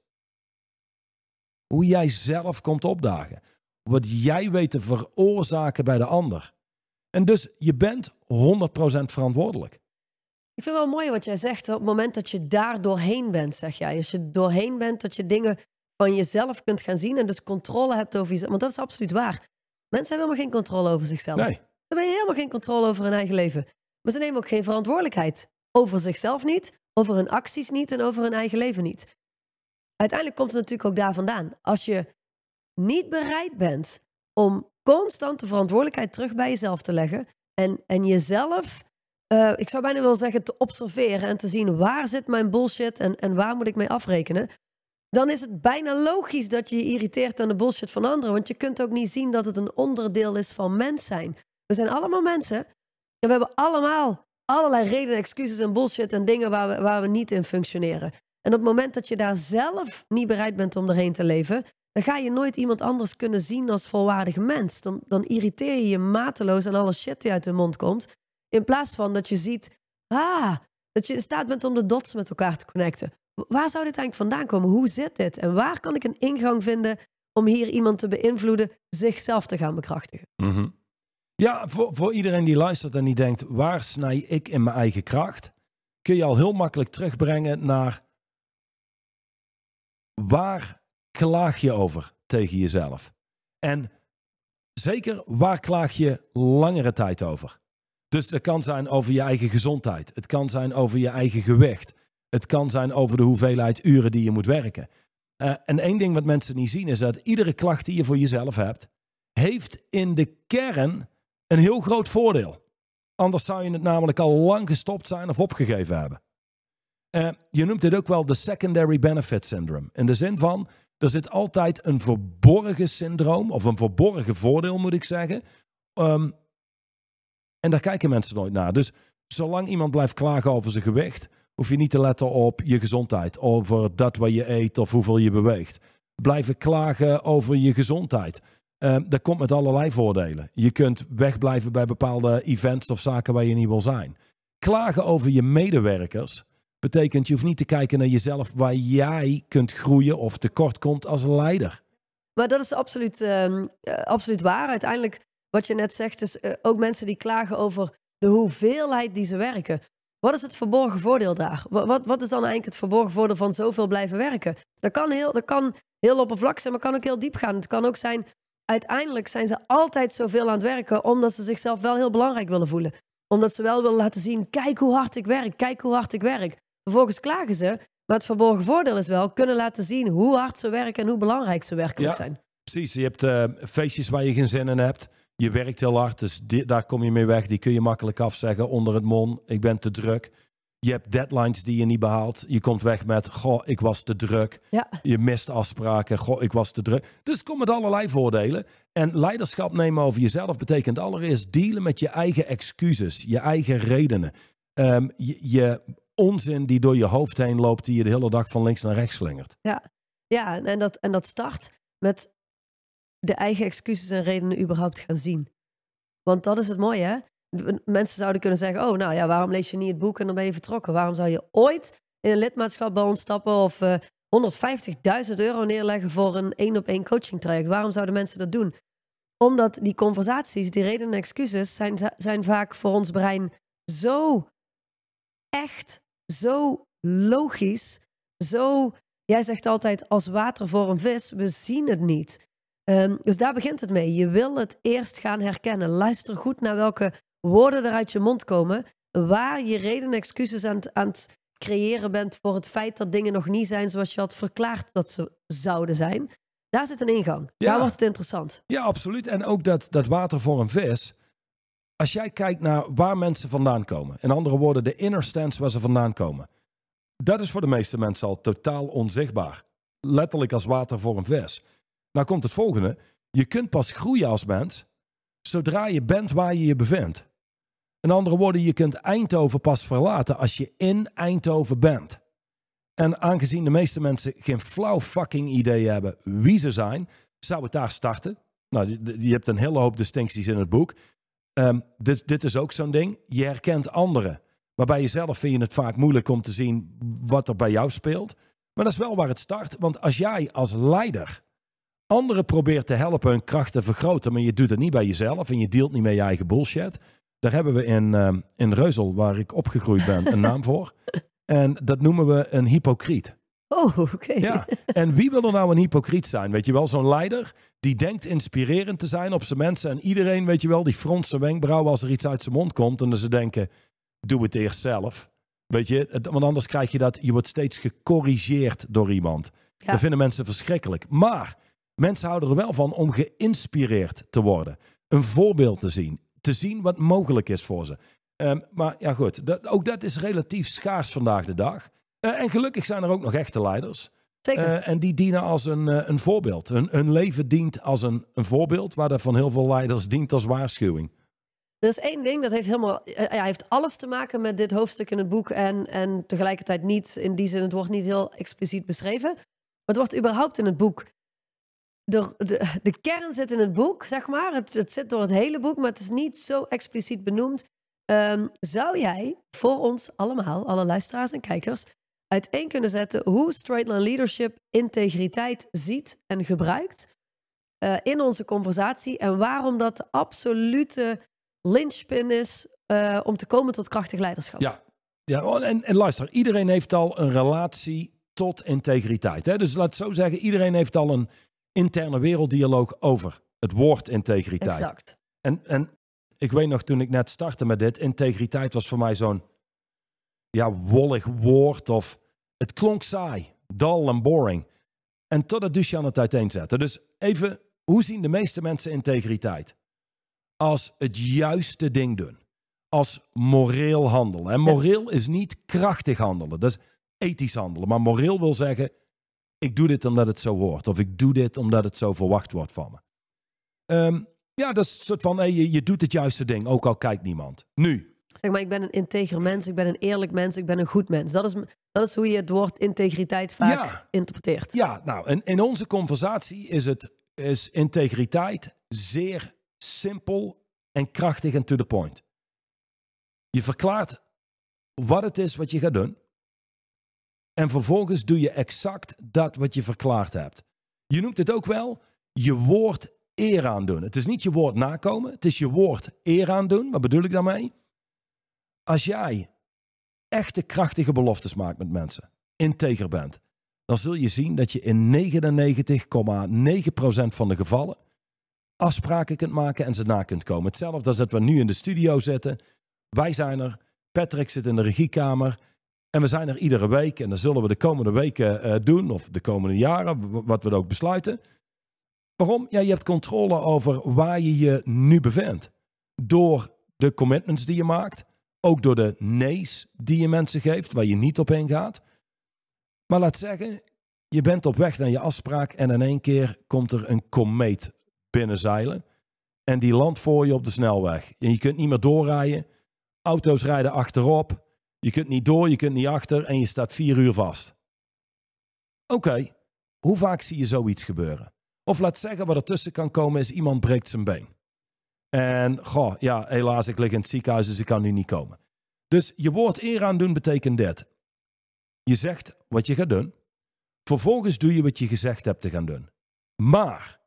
hoe jij zelf komt opdagen. Wat jij weet te veroorzaken bij de ander. En dus je bent honderd procent verantwoordelijk. Ik vind het wel mooi wat jij zegt. Op het moment dat je daar doorheen bent, zeg jij. Als je doorheen bent, dat je dingen van jezelf kunt gaan zien en dus controle hebt over jezelf. Want dat is absoluut waar. Mensen hebben helemaal geen controle over zichzelf. Nee. Ze hebben helemaal geen controle over hun eigen leven. Maar ze nemen ook geen verantwoordelijkheid. Over zichzelf niet, over hun acties niet en over hun eigen leven niet. Uiteindelijk komt het natuurlijk ook daar vandaan. Als je niet bereid bent om constant de verantwoordelijkheid terug bij jezelf te leggen en, en jezelf, uh, ik zou bijna willen zeggen, te observeren en te zien waar zit mijn bullshit en, en waar moet ik mee afrekenen, dan is het bijna logisch dat je je irriteert aan de bullshit van anderen, want je kunt ook niet zien dat het een onderdeel is van mens zijn. We zijn allemaal mensen en we hebben allemaal allerlei redenen, excuses en bullshit en dingen waar we, waar we niet in functioneren. En op het moment dat je daar zelf niet bereid bent om erheen te leven, dan ga je nooit iemand anders kunnen zien als volwaardige mens. Dan, dan irriteer je je mateloos aan alle shit die uit de mond komt. In plaats van dat je ziet, ah, dat je in staat bent om de dots met elkaar te connecten. Waar zou dit eigenlijk vandaan komen? Hoe zit dit? En waar kan ik een ingang vinden om hier iemand te beïnvloeden zichzelf te gaan bekrachtigen? Mm-hmm. Ja, voor, voor iedereen die luistert en die denkt, waar snij ik in mijn eigen kracht? Kun je al heel makkelijk terugbrengen naar waar klaag je over tegen jezelf? En zeker, waar klaag je langere tijd over? Dus dat kan zijn over je eigen gezondheid. Het kan zijn over je eigen gewicht. Het kan zijn over de hoeveelheid uren die je moet werken. Uh, en één ding wat mensen niet zien is dat iedere klacht die je voor jezelf hebt, heeft in de kern een heel groot voordeel. Anders zou je het namelijk al lang gestopt zijn of opgegeven hebben. Uh, je noemt dit ook wel de secondary benefit syndrome. In de zin van, er zit altijd een verborgen syndroom, of een verborgen voordeel moet ik zeggen. Um, en daar kijken mensen nooit naar. Dus zolang iemand blijft klagen over zijn gewicht, hoef je niet te letten op je gezondheid, over dat wat je eet of hoeveel je beweegt. Blijven klagen over je gezondheid. Um, dat komt met allerlei voordelen. Je kunt wegblijven bij bepaalde events of zaken waar je niet wil zijn. Klagen over je medewerkers betekent, je hoeft niet te kijken naar jezelf waar jij kunt groeien of tekort komt als leider. Maar dat is absoluut, uh, uh, absoluut waar. Uiteindelijk, wat je net zegt, is uh, ook mensen die klagen over de hoeveelheid die ze werken. Wat is het verborgen voordeel daar? Wat, wat, wat is dan eigenlijk het verborgen voordeel van zoveel blijven werken? Dat kan heel, dat kan heel oppervlakkig zijn, maar kan ook heel diep gaan. Het kan ook zijn, uiteindelijk zijn ze altijd zoveel aan het werken, omdat ze zichzelf wel heel belangrijk willen voelen. Omdat ze wel willen laten zien, kijk hoe hard ik werk, kijk hoe hard ik werk. Vervolgens klagen ze, maar het verborgen voordeel is wel kunnen laten zien hoe hard ze werken en hoe belangrijk ze werkelijk Ja, zijn. precies. Je hebt uh, feestjes waar je geen zin in hebt. Je werkt heel hard, dus die, daar kom je mee weg. Die kun je makkelijk afzeggen onder het mom. Ik ben te druk. Je hebt deadlines die je niet behaalt. Je komt weg met, goh, ik was te druk. Ja. Je mist afspraken, goh, ik was te druk. Dus het komt met allerlei voordelen. En leiderschap nemen over jezelf betekent allereerst dealen met je eigen excuses. Je eigen redenen. Um, je, je onzin die door je hoofd heen loopt, die je de hele dag van links naar rechts slingert. Ja, ja en, dat, en dat start met de eigen excuses en redenen überhaupt gaan zien. Want dat is het mooie, hè? Mensen zouden kunnen zeggen, oh, nou ja, waarom lees je niet het boek en dan ben je vertrokken? Waarom zou je ooit in een lidmaatschap bij ons stappen of uh, honderdvijftigduizend euro neerleggen voor een één-op-één coaching traject? Waarom zouden mensen dat doen? Omdat die conversaties, die redenen en excuses zijn, zijn vaak voor ons brein zo echt, zo logisch, zo, jij zegt altijd als water voor een vis, we zien het niet. Um, dus daar begint het mee. Je wil het eerst gaan herkennen. Luister goed naar welke woorden er uit je mond komen, waar je redenen en excuses aan het, aan het creëren bent voor het feit dat dingen nog niet zijn zoals je had verklaard dat ze zouden zijn. Daar zit een ingang. Ja. Daar wordt het interessant. Ja, absoluut. En ook dat, dat water voor een vis. Als jij kijkt naar waar mensen vandaan komen, in andere woorden, de inner stance waar ze vandaan komen, dat is voor de meeste mensen al totaal onzichtbaar. Letterlijk als water voor een vis. Nou komt het volgende. Je kunt pas groeien als mens zodra je bent waar je je bevindt. In andere woorden, je kunt Eindhoven pas verlaten als je in Eindhoven bent. En aangezien de meeste mensen geen flauw fucking idee hebben wie ze zijn, zou het daar starten. Nou, je, je hebt een hele hoop distincties in het boek. Um, dit, dit is ook zo'n ding. Je herkent anderen. Maar bij jezelf vind je het vaak moeilijk om te zien wat er bij jou speelt. Maar dat is wel waar het start. Want als jij als leider anderen probeert te helpen hun kracht te vergroten, maar je doet het niet bij jezelf en je dealt niet met je eigen bullshit. Daar hebben we in, uh, in Reuzel, waar ik opgegroeid ben, een naam voor. En dat noemen we een hypocriet. Oh, oké. Okay. Ja, en wie wil er nou een hypocriet zijn? Weet je wel, zo'n leider die denkt inspirerend te zijn op zijn mensen. En iedereen, weet je wel, die fronst zijn wenkbrauwen als er iets uit zijn mond komt. En dan ze denken, doe het eerst zelf. Weet je, want anders krijg je dat, je wordt steeds gecorrigeerd door iemand. Ja. Dat vinden mensen verschrikkelijk. Maar mensen houden er wel van om geïnspireerd te worden. Een voorbeeld te zien. Te zien wat mogelijk is voor ze. Um, maar ja goed, dat, ook dat is relatief schaars vandaag de dag. Uh, en gelukkig zijn er ook nog echte leiders. Zeker. Uh, en die dienen als een, uh, een voorbeeld. Hun, hun leven dient als een, een voorbeeld, waar dat van heel veel leiders dient als waarschuwing. Er is één ding, dat heeft helemaal, uh, ja, heeft alles te maken met dit hoofdstuk in het boek en, en tegelijkertijd niet, in die zin, het wordt niet heel expliciet beschreven. Maar het wordt überhaupt in het boek. De, de, de kern zit in het boek, zeg maar. Het, het zit door het hele boek, maar het is niet zo expliciet benoemd. Um, zou jij voor ons allemaal, alle luisteraars en kijkers, uiteen kunnen zetten hoe Straight Line Leadership integriteit ziet en gebruikt uh, in onze conversatie en waarom dat de absolute linchpin is uh, om te komen tot krachtig leiderschap? Ja, ja en, en luister, iedereen heeft al een relatie tot integriteit. Hè? Dus laat het zo zeggen, iedereen heeft al een interne werelddialoog over het woord integriteit. Exact. En, en ik weet nog, toen ik net startte met dit, integriteit was voor mij zo'n ja, wollig woord of het klonk saai, dull en boring. En totdat Duchy aan het uiteenzetten. Dus even, hoe zien de meeste mensen integriteit? Als het juiste ding doen. Als moreel handelen. En moreel is niet krachtig handelen. Dat is ethisch handelen. Maar moreel wil zeggen, ik doe dit omdat het zo hoort. Of ik doe dit omdat het zo verwacht wordt van me. Um, ja, dat is een soort van, hey, je, je doet het juiste ding, ook al kijkt niemand. Nu. Zeg maar, ik ben een integer mens, ik ben een eerlijk mens, ik ben een goed mens. Dat is, dat is hoe je het woord integriteit vaak ja. interpreteert. Ja, nou, en in onze conversatie is, het, is integriteit zeer simpel en krachtig en to the point. Je verklaart wat het is wat je gaat doen. En vervolgens doe je exact dat wat je verklaard hebt. Je noemt het ook wel je woord eer aan doen. Het is niet je woord nakomen, het is je woord eer aan doen. Wat bedoel ik daarmee? Als jij echte krachtige beloftes maakt met mensen, integer bent, dan zul je zien dat je in negenennegentig komma negen procent van de gevallen afspraken kunt maken en ze na kunt komen. Hetzelfde als dat we nu in de studio zitten. Wij zijn er, Patrick zit in de regiekamer en we zijn er iedere week. En dat zullen we de komende weken uh, doen, of de komende jaren, wat we ook besluiten. Waarom? Ja, je hebt controle over waar je je nu bevindt. Door de commitments die je maakt, ook door de nee's die je mensen geeft, waar je niet op ingaat. Maar laat zeggen, je bent op weg naar je afspraak en in één keer komt er een komeet binnenzeilen. En die landt voor je op de snelweg. En je kunt niet meer doorrijden. Auto's rijden achterop. Je kunt niet door, je kunt niet achter en je staat vier uur vast. Oké, okay, hoe vaak zie je zoiets gebeuren? Of laat zeggen, wat ertussen kan komen is iemand breekt zijn been. En goh, ja, helaas, ik lig in het ziekenhuis, dus ik kan nu niet komen. Dus je woord eer aan doen betekent dit. Je zegt wat je gaat doen. Vervolgens doe je wat je gezegd hebt te gaan doen. Maar,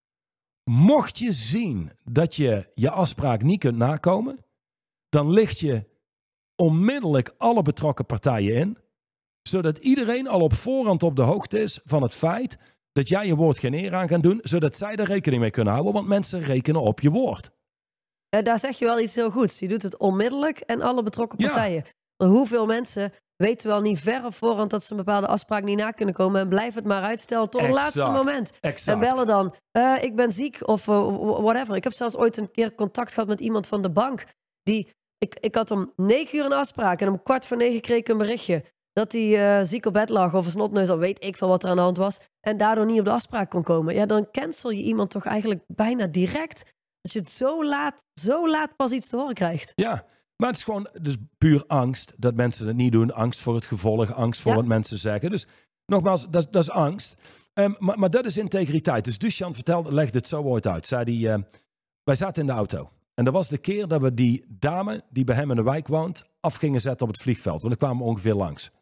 mocht je zien dat je je afspraak niet kunt nakomen, dan licht je onmiddellijk alle betrokken partijen in, zodat iedereen al op voorhand op de hoogte is van het feit dat jij je woord geen eer aan gaat doen, zodat zij er rekening mee kunnen houden, want mensen rekenen op je woord. Ja, daar zeg je wel iets heel goeds. Je doet het onmiddellijk en alle betrokken partijen. Ja. Maar hoeveel mensen weten wel niet ver op voorhand dat ze een bepaalde afspraak niet na kunnen komen en blijven het maar uitstellen tot het laatste moment. Exact. En bellen dan, uh, ik ben ziek of uh, whatever. Ik heb zelfs ooit een keer contact gehad met iemand van de bank. Die, ik, ik had om negen uur een afspraak en om kwart voor negen kreeg ik een berichtje dat hij uh, ziek op bed lag of een snotneus, dan weet ik veel wat er aan de hand was. En daardoor niet op de afspraak kon komen. Ja, dan cancel je iemand toch eigenlijk bijna direct. Als je het zo laat, zo laat pas iets te horen krijgt. Ja, maar het is gewoon dus puur angst dat mensen het niet doen. Angst voor het gevolg, angst voor ja. wat mensen zeggen. Dus nogmaals, dat, dat is angst. Um, maar, maar dat is integriteit. Dus Dusan vertelde, legde het zo ooit uit. Zei die, uh, wij zaten in de auto. En dat was de keer dat we die dame die bij hem in de wijk woont af gingen zetten op het vliegveld. Want daar kwamen we ongeveer langs.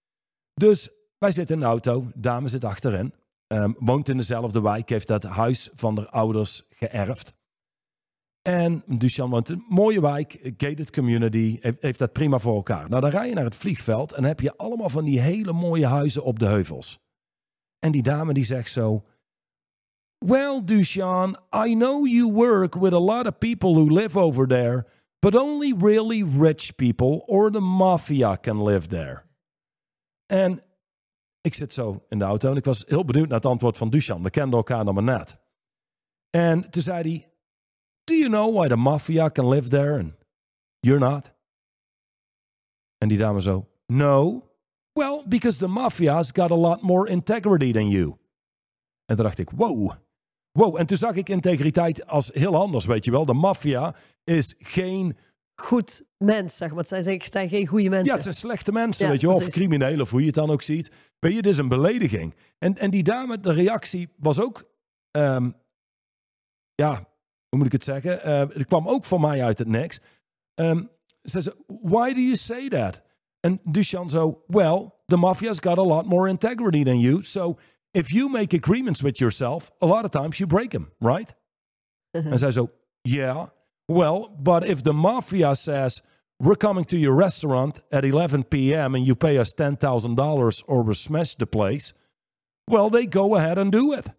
Dus wij zitten in de auto. Dame zit achterin. Um, woont in dezelfde wijk. Heeft dat huis van haar ouders geërfd. En Dusan woont in een mooie wijk, gated community, heeft, heeft dat prima voor elkaar. Nou, dan rij je naar het vliegveld en dan heb je allemaal van die hele mooie huizen op de heuvels. En die dame die zegt zo, well, Dusan, I know you work with a lot of people who live over there, but only really rich people or the mafia can live there. En ik zit zo in de auto en ik was heel benieuwd naar het antwoord van Dusan. We kenden elkaar nog maar net. En toen zei hij, do you know why the mafia can live there and you're not? En die dame zo, no. Well, because the mafia's got a lot more integrity than you. En toen dacht ik, wow. Wow, en toen zag ik integriteit als heel anders, weet je wel. De maffia is geen goed mens, zeg maar. Het zijn, het zijn geen goede mensen. Ja, het zijn slechte mensen, ja, weet je wel. Of precies. criminelen, of hoe je het dan ook ziet. Weet je, het is een belediging. En, en die dame, de reactie was ook, um, ja, hoe moet ik het zeggen? Uh, het kwam ook van mij uit het niks. Um, ze zei, why do you say that? En Dusan zo, well, the mafia's got a lot more integrity than you. So if you make agreements with yourself, a lot of times you break them, right? En zij zo, yeah. Well, but if the mafia says, we're coming to your restaurant at eleven p.m. and you pay us ten thousand dollars or we smash the place, well, they go ahead and do it.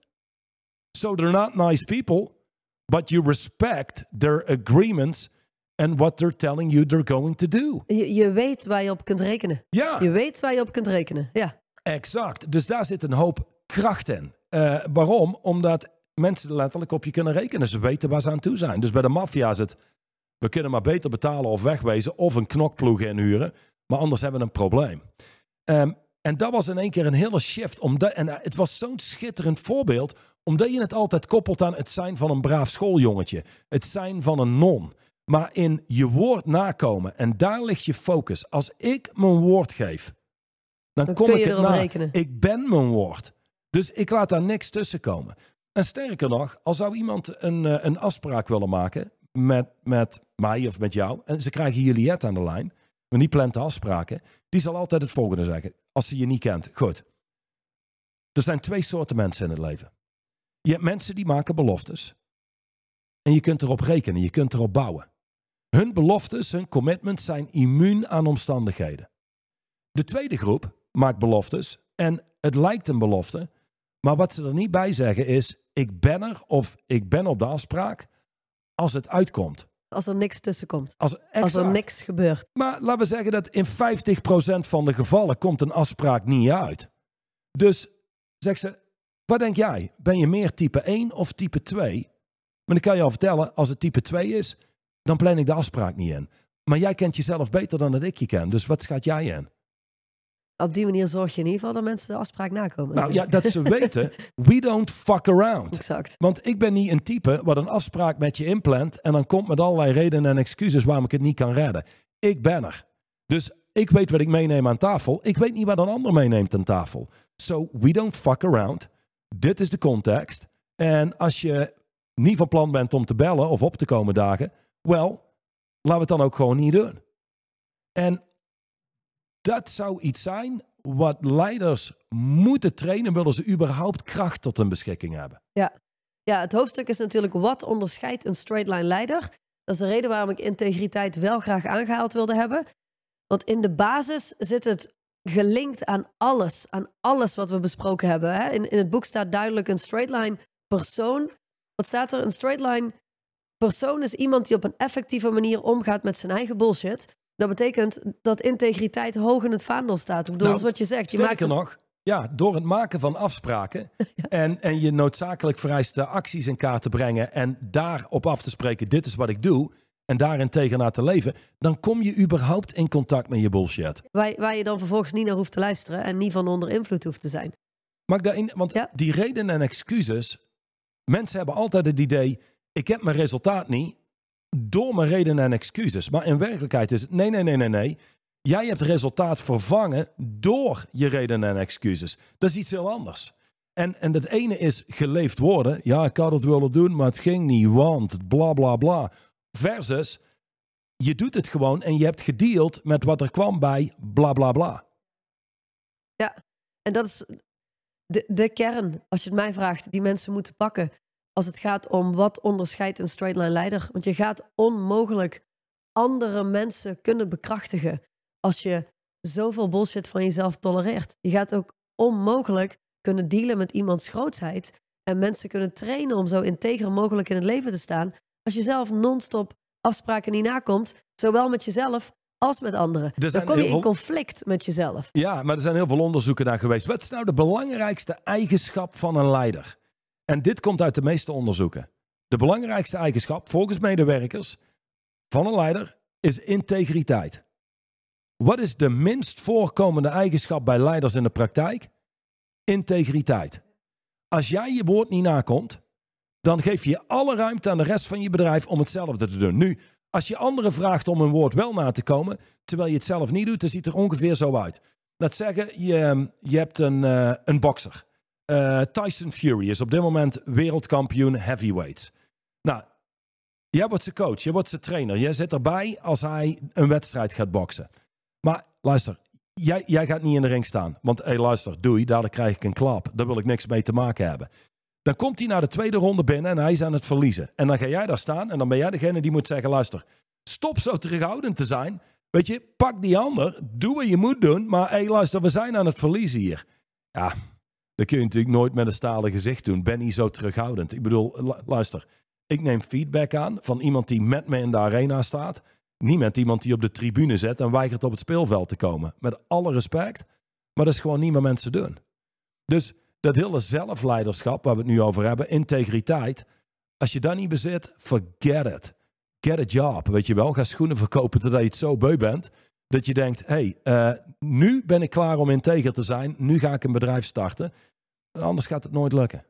So they're not nice people, but you respect their agreements and what they're telling you they're going to do. Je, je weet waar je op kunt rekenen. Ja. Je weet waar je op kunt rekenen, ja. Exact. Dus daar zit een hoop kracht in. Uh, waarom? Omdat mensen letterlijk op je kunnen rekenen. Ze weten waar ze aan toe zijn. Dus bij de maffia is het, we kunnen maar beter betalen of wegwezen of een knokploeg inhuren. Maar anders hebben we een probleem. Um, en dat was in één keer een hele shift. Omdat, en uh, het was zo'n schitterend voorbeeld, omdat je het altijd koppelt aan het zijn van een braaf schooljongetje. Het zijn van een non. Maar in je woord nakomen, en daar ligt je focus. Als ik mijn woord geef, dan, dan kom ik het na. Rekenen. Ik ben mijn woord. Dus ik laat daar niks tussen komen. En sterker nog, als zou iemand een, een afspraak willen maken met, met mij of met jou, en ze krijgen Juliette aan de lijn, maar die plant de afspraken, die zal altijd het volgende zeggen. Als ze je niet kent, goed. Er zijn twee soorten mensen in het leven. Je hebt mensen die maken beloftes. En je kunt erop rekenen, je kunt erop bouwen. Hun beloftes, hun commitments zijn immuun aan omstandigheden. De tweede groep maakt beloftes en het lijkt een belofte. Maar wat ze er niet bij zeggen is, ik ben er of ik ben op de afspraak als het uitkomt. Als er niks tussen komt. Als, Als er niks gebeurt. Maar laten we zeggen dat in vijftig procent van de gevallen komt een afspraak niet uit. Dus zegt ze, wat denk jij? Ben je meer type één of type twee? Maar dan kan je al vertellen, als het type twee is, dan plan ik de afspraak niet in. Maar jij kent jezelf beter dan dat ik je ken. Dus wat schat jij in? Op die manier zorg je in ieder geval dat mensen de afspraak nakomen. Nou ja, dat ze weten, we don't fuck around. Exact. Want ik ben niet een type wat een afspraak met je inplant en dan komt met allerlei redenen en excuses waarom ik het niet kan redden. Ik ben er. Dus ik weet wat ik meeneem aan tafel. Ik weet niet wat een ander meeneemt aan tafel. So we don't fuck around. Dit is de context. En als je niet van plan bent om te bellen of op te komen dagen, wel, laten we het dan ook gewoon niet doen. En dat zou iets zijn wat leiders moeten trainen, willen ze überhaupt kracht tot hun beschikking hebben. Ja. ja, het hoofdstuk is natuurlijk wat onderscheidt een straight line leider. Dat is de reden waarom ik integriteit wel graag aangehaald wilde hebben. Want in de basis zit het gelinkt aan alles, aan alles wat we besproken hebben. Hè? In, in het boek staat duidelijk een straight line persoon. Wat staat er? Een straight line persoon is iemand die op een effectieve manier omgaat met zijn eigen bullshit. Dat betekent dat integriteit hoog in het vaandel staat. Ik bedoel, Nou, dat is wat je zegt. Je Sterker maakt nog, ja, door het maken van afspraken ja. en, en je noodzakelijk vereiste acties in kaart te brengen en daarop af te spreken, dit is wat ik doe, en daarin tegenaan te leven, dan kom je überhaupt in contact met je bullshit. Waar, waar je dan vervolgens niet naar hoeft te luisteren en niet van onder invloed hoeft te zijn. Mag ik daarin, want Ja. die redenen en excuses, mensen hebben altijd het idee, ik heb mijn resultaat niet door mijn redenen en excuses. Maar in werkelijkheid is het, nee, nee, nee, nee, nee. Jij hebt het resultaat vervangen door je redenen en excuses. Dat is iets heel anders. En, en het ene is geleefd worden. Ja, ik had het willen doen, maar het ging niet, want bla bla bla. Versus, je doet het gewoon en je hebt gedeeld met wat er kwam bij bla bla bla. Ja, en dat is de, de kern, als je het mij vraagt, die mensen moeten pakken. Als het gaat om wat onderscheidt een straight line leider. Want je gaat onmogelijk andere mensen kunnen bekrachtigen als je zoveel bullshit van jezelf tolereert. Je gaat ook onmogelijk kunnen dealen met iemands grootsheid en mensen kunnen trainen om zo integer mogelijk in het leven te staan als je zelf non-stop afspraken niet nakomt, zowel met jezelf als met anderen. Dan zijn kom je heel in veel- conflict met jezelf. Ja, maar er zijn heel veel onderzoeken naar geweest. Wat is nou de belangrijkste eigenschap van een leider? En dit komt uit de meeste onderzoeken. De belangrijkste eigenschap, volgens medewerkers, van een leider is integriteit. Wat is de minst voorkomende eigenschap bij leiders in de praktijk? Integriteit. Als jij je woord niet nakomt, dan geef je alle ruimte aan de rest van je bedrijf om hetzelfde te doen. Nu, als je anderen vraagt om een woord wel na te komen, terwijl je het zelf niet doet, dan ziet het er ongeveer zo uit. Laat zeggen, je, je hebt een, uh, een bokser. Uh, Tyson Fury is op dit moment wereldkampioen heavyweights. Nou, jij wordt zijn coach, jij wordt zijn trainer. Jij zit erbij als hij een wedstrijd gaat boksen. Maar luister, jij, jij gaat niet in de ring staan. Want hé, hey, luister, doei, dadelijk krijg ik een klap. Daar wil ik niks mee te maken hebben. Dan komt hij naar de tweede ronde binnen en hij is aan het verliezen. En dan ga jij daar staan en dan ben jij degene die moet zeggen, luister, stop zo terughoudend te zijn. Weet je, pak die ander, doe wat je moet doen. Maar hé, hey, luister, we zijn aan het verliezen hier. Ja, dat kun je natuurlijk nooit met een stalen gezicht doen. Ben niet zo terughoudend. Ik bedoel, luister, ik neem feedback aan van iemand die met me in de arena staat. Niet met iemand die op de tribune zit en weigert op het speelveld te komen. Met alle respect, maar dat is gewoon niet wat mensen doen. Dus dat hele zelfleiderschap waar we het nu over hebben, integriteit. Als je dat niet bezit, forget it. Get a job, weet je wel. Ga schoenen verkopen totdat je het zo beu bent. Dat je denkt, hé, hey, uh, nu ben ik klaar om integer te zijn. Nu ga ik een bedrijf starten. En anders gaat het nooit lukken.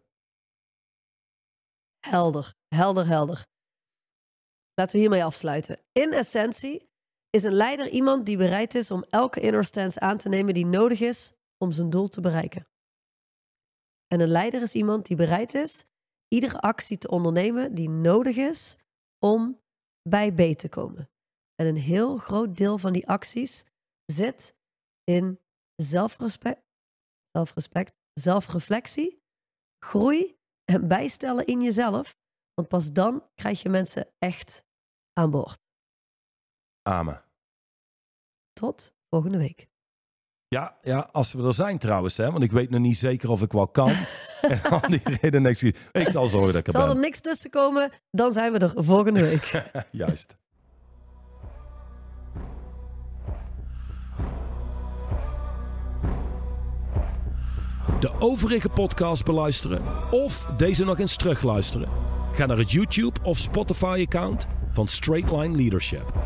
Helder, helder, helder. Laten we hiermee afsluiten. In essentie is een leider iemand die bereid is om elke inner stance aan te nemen die nodig is om zijn doel te bereiken. En een leider is iemand die bereid is iedere actie te ondernemen die nodig is om bij B te komen. En een heel groot deel van die acties zit in zelfrespect, zelfrespect, zelfreflectie, groei en bijstellen in jezelf. Want pas dan krijg je mensen echt aan boord. Amen. Tot volgende week. Ja, ja, als we er zijn trouwens, hè, want ik weet nog niet zeker of ik wel kan. En al die reden, ik, ik zal zorgen dat ik er Zal ben. er niks tussen komen, dan zijn we er volgende week. Juist. De overige podcast beluisteren of deze nog eens terugluisteren? Ga naar het YouTube of Spotify account van Straight Line Leadership.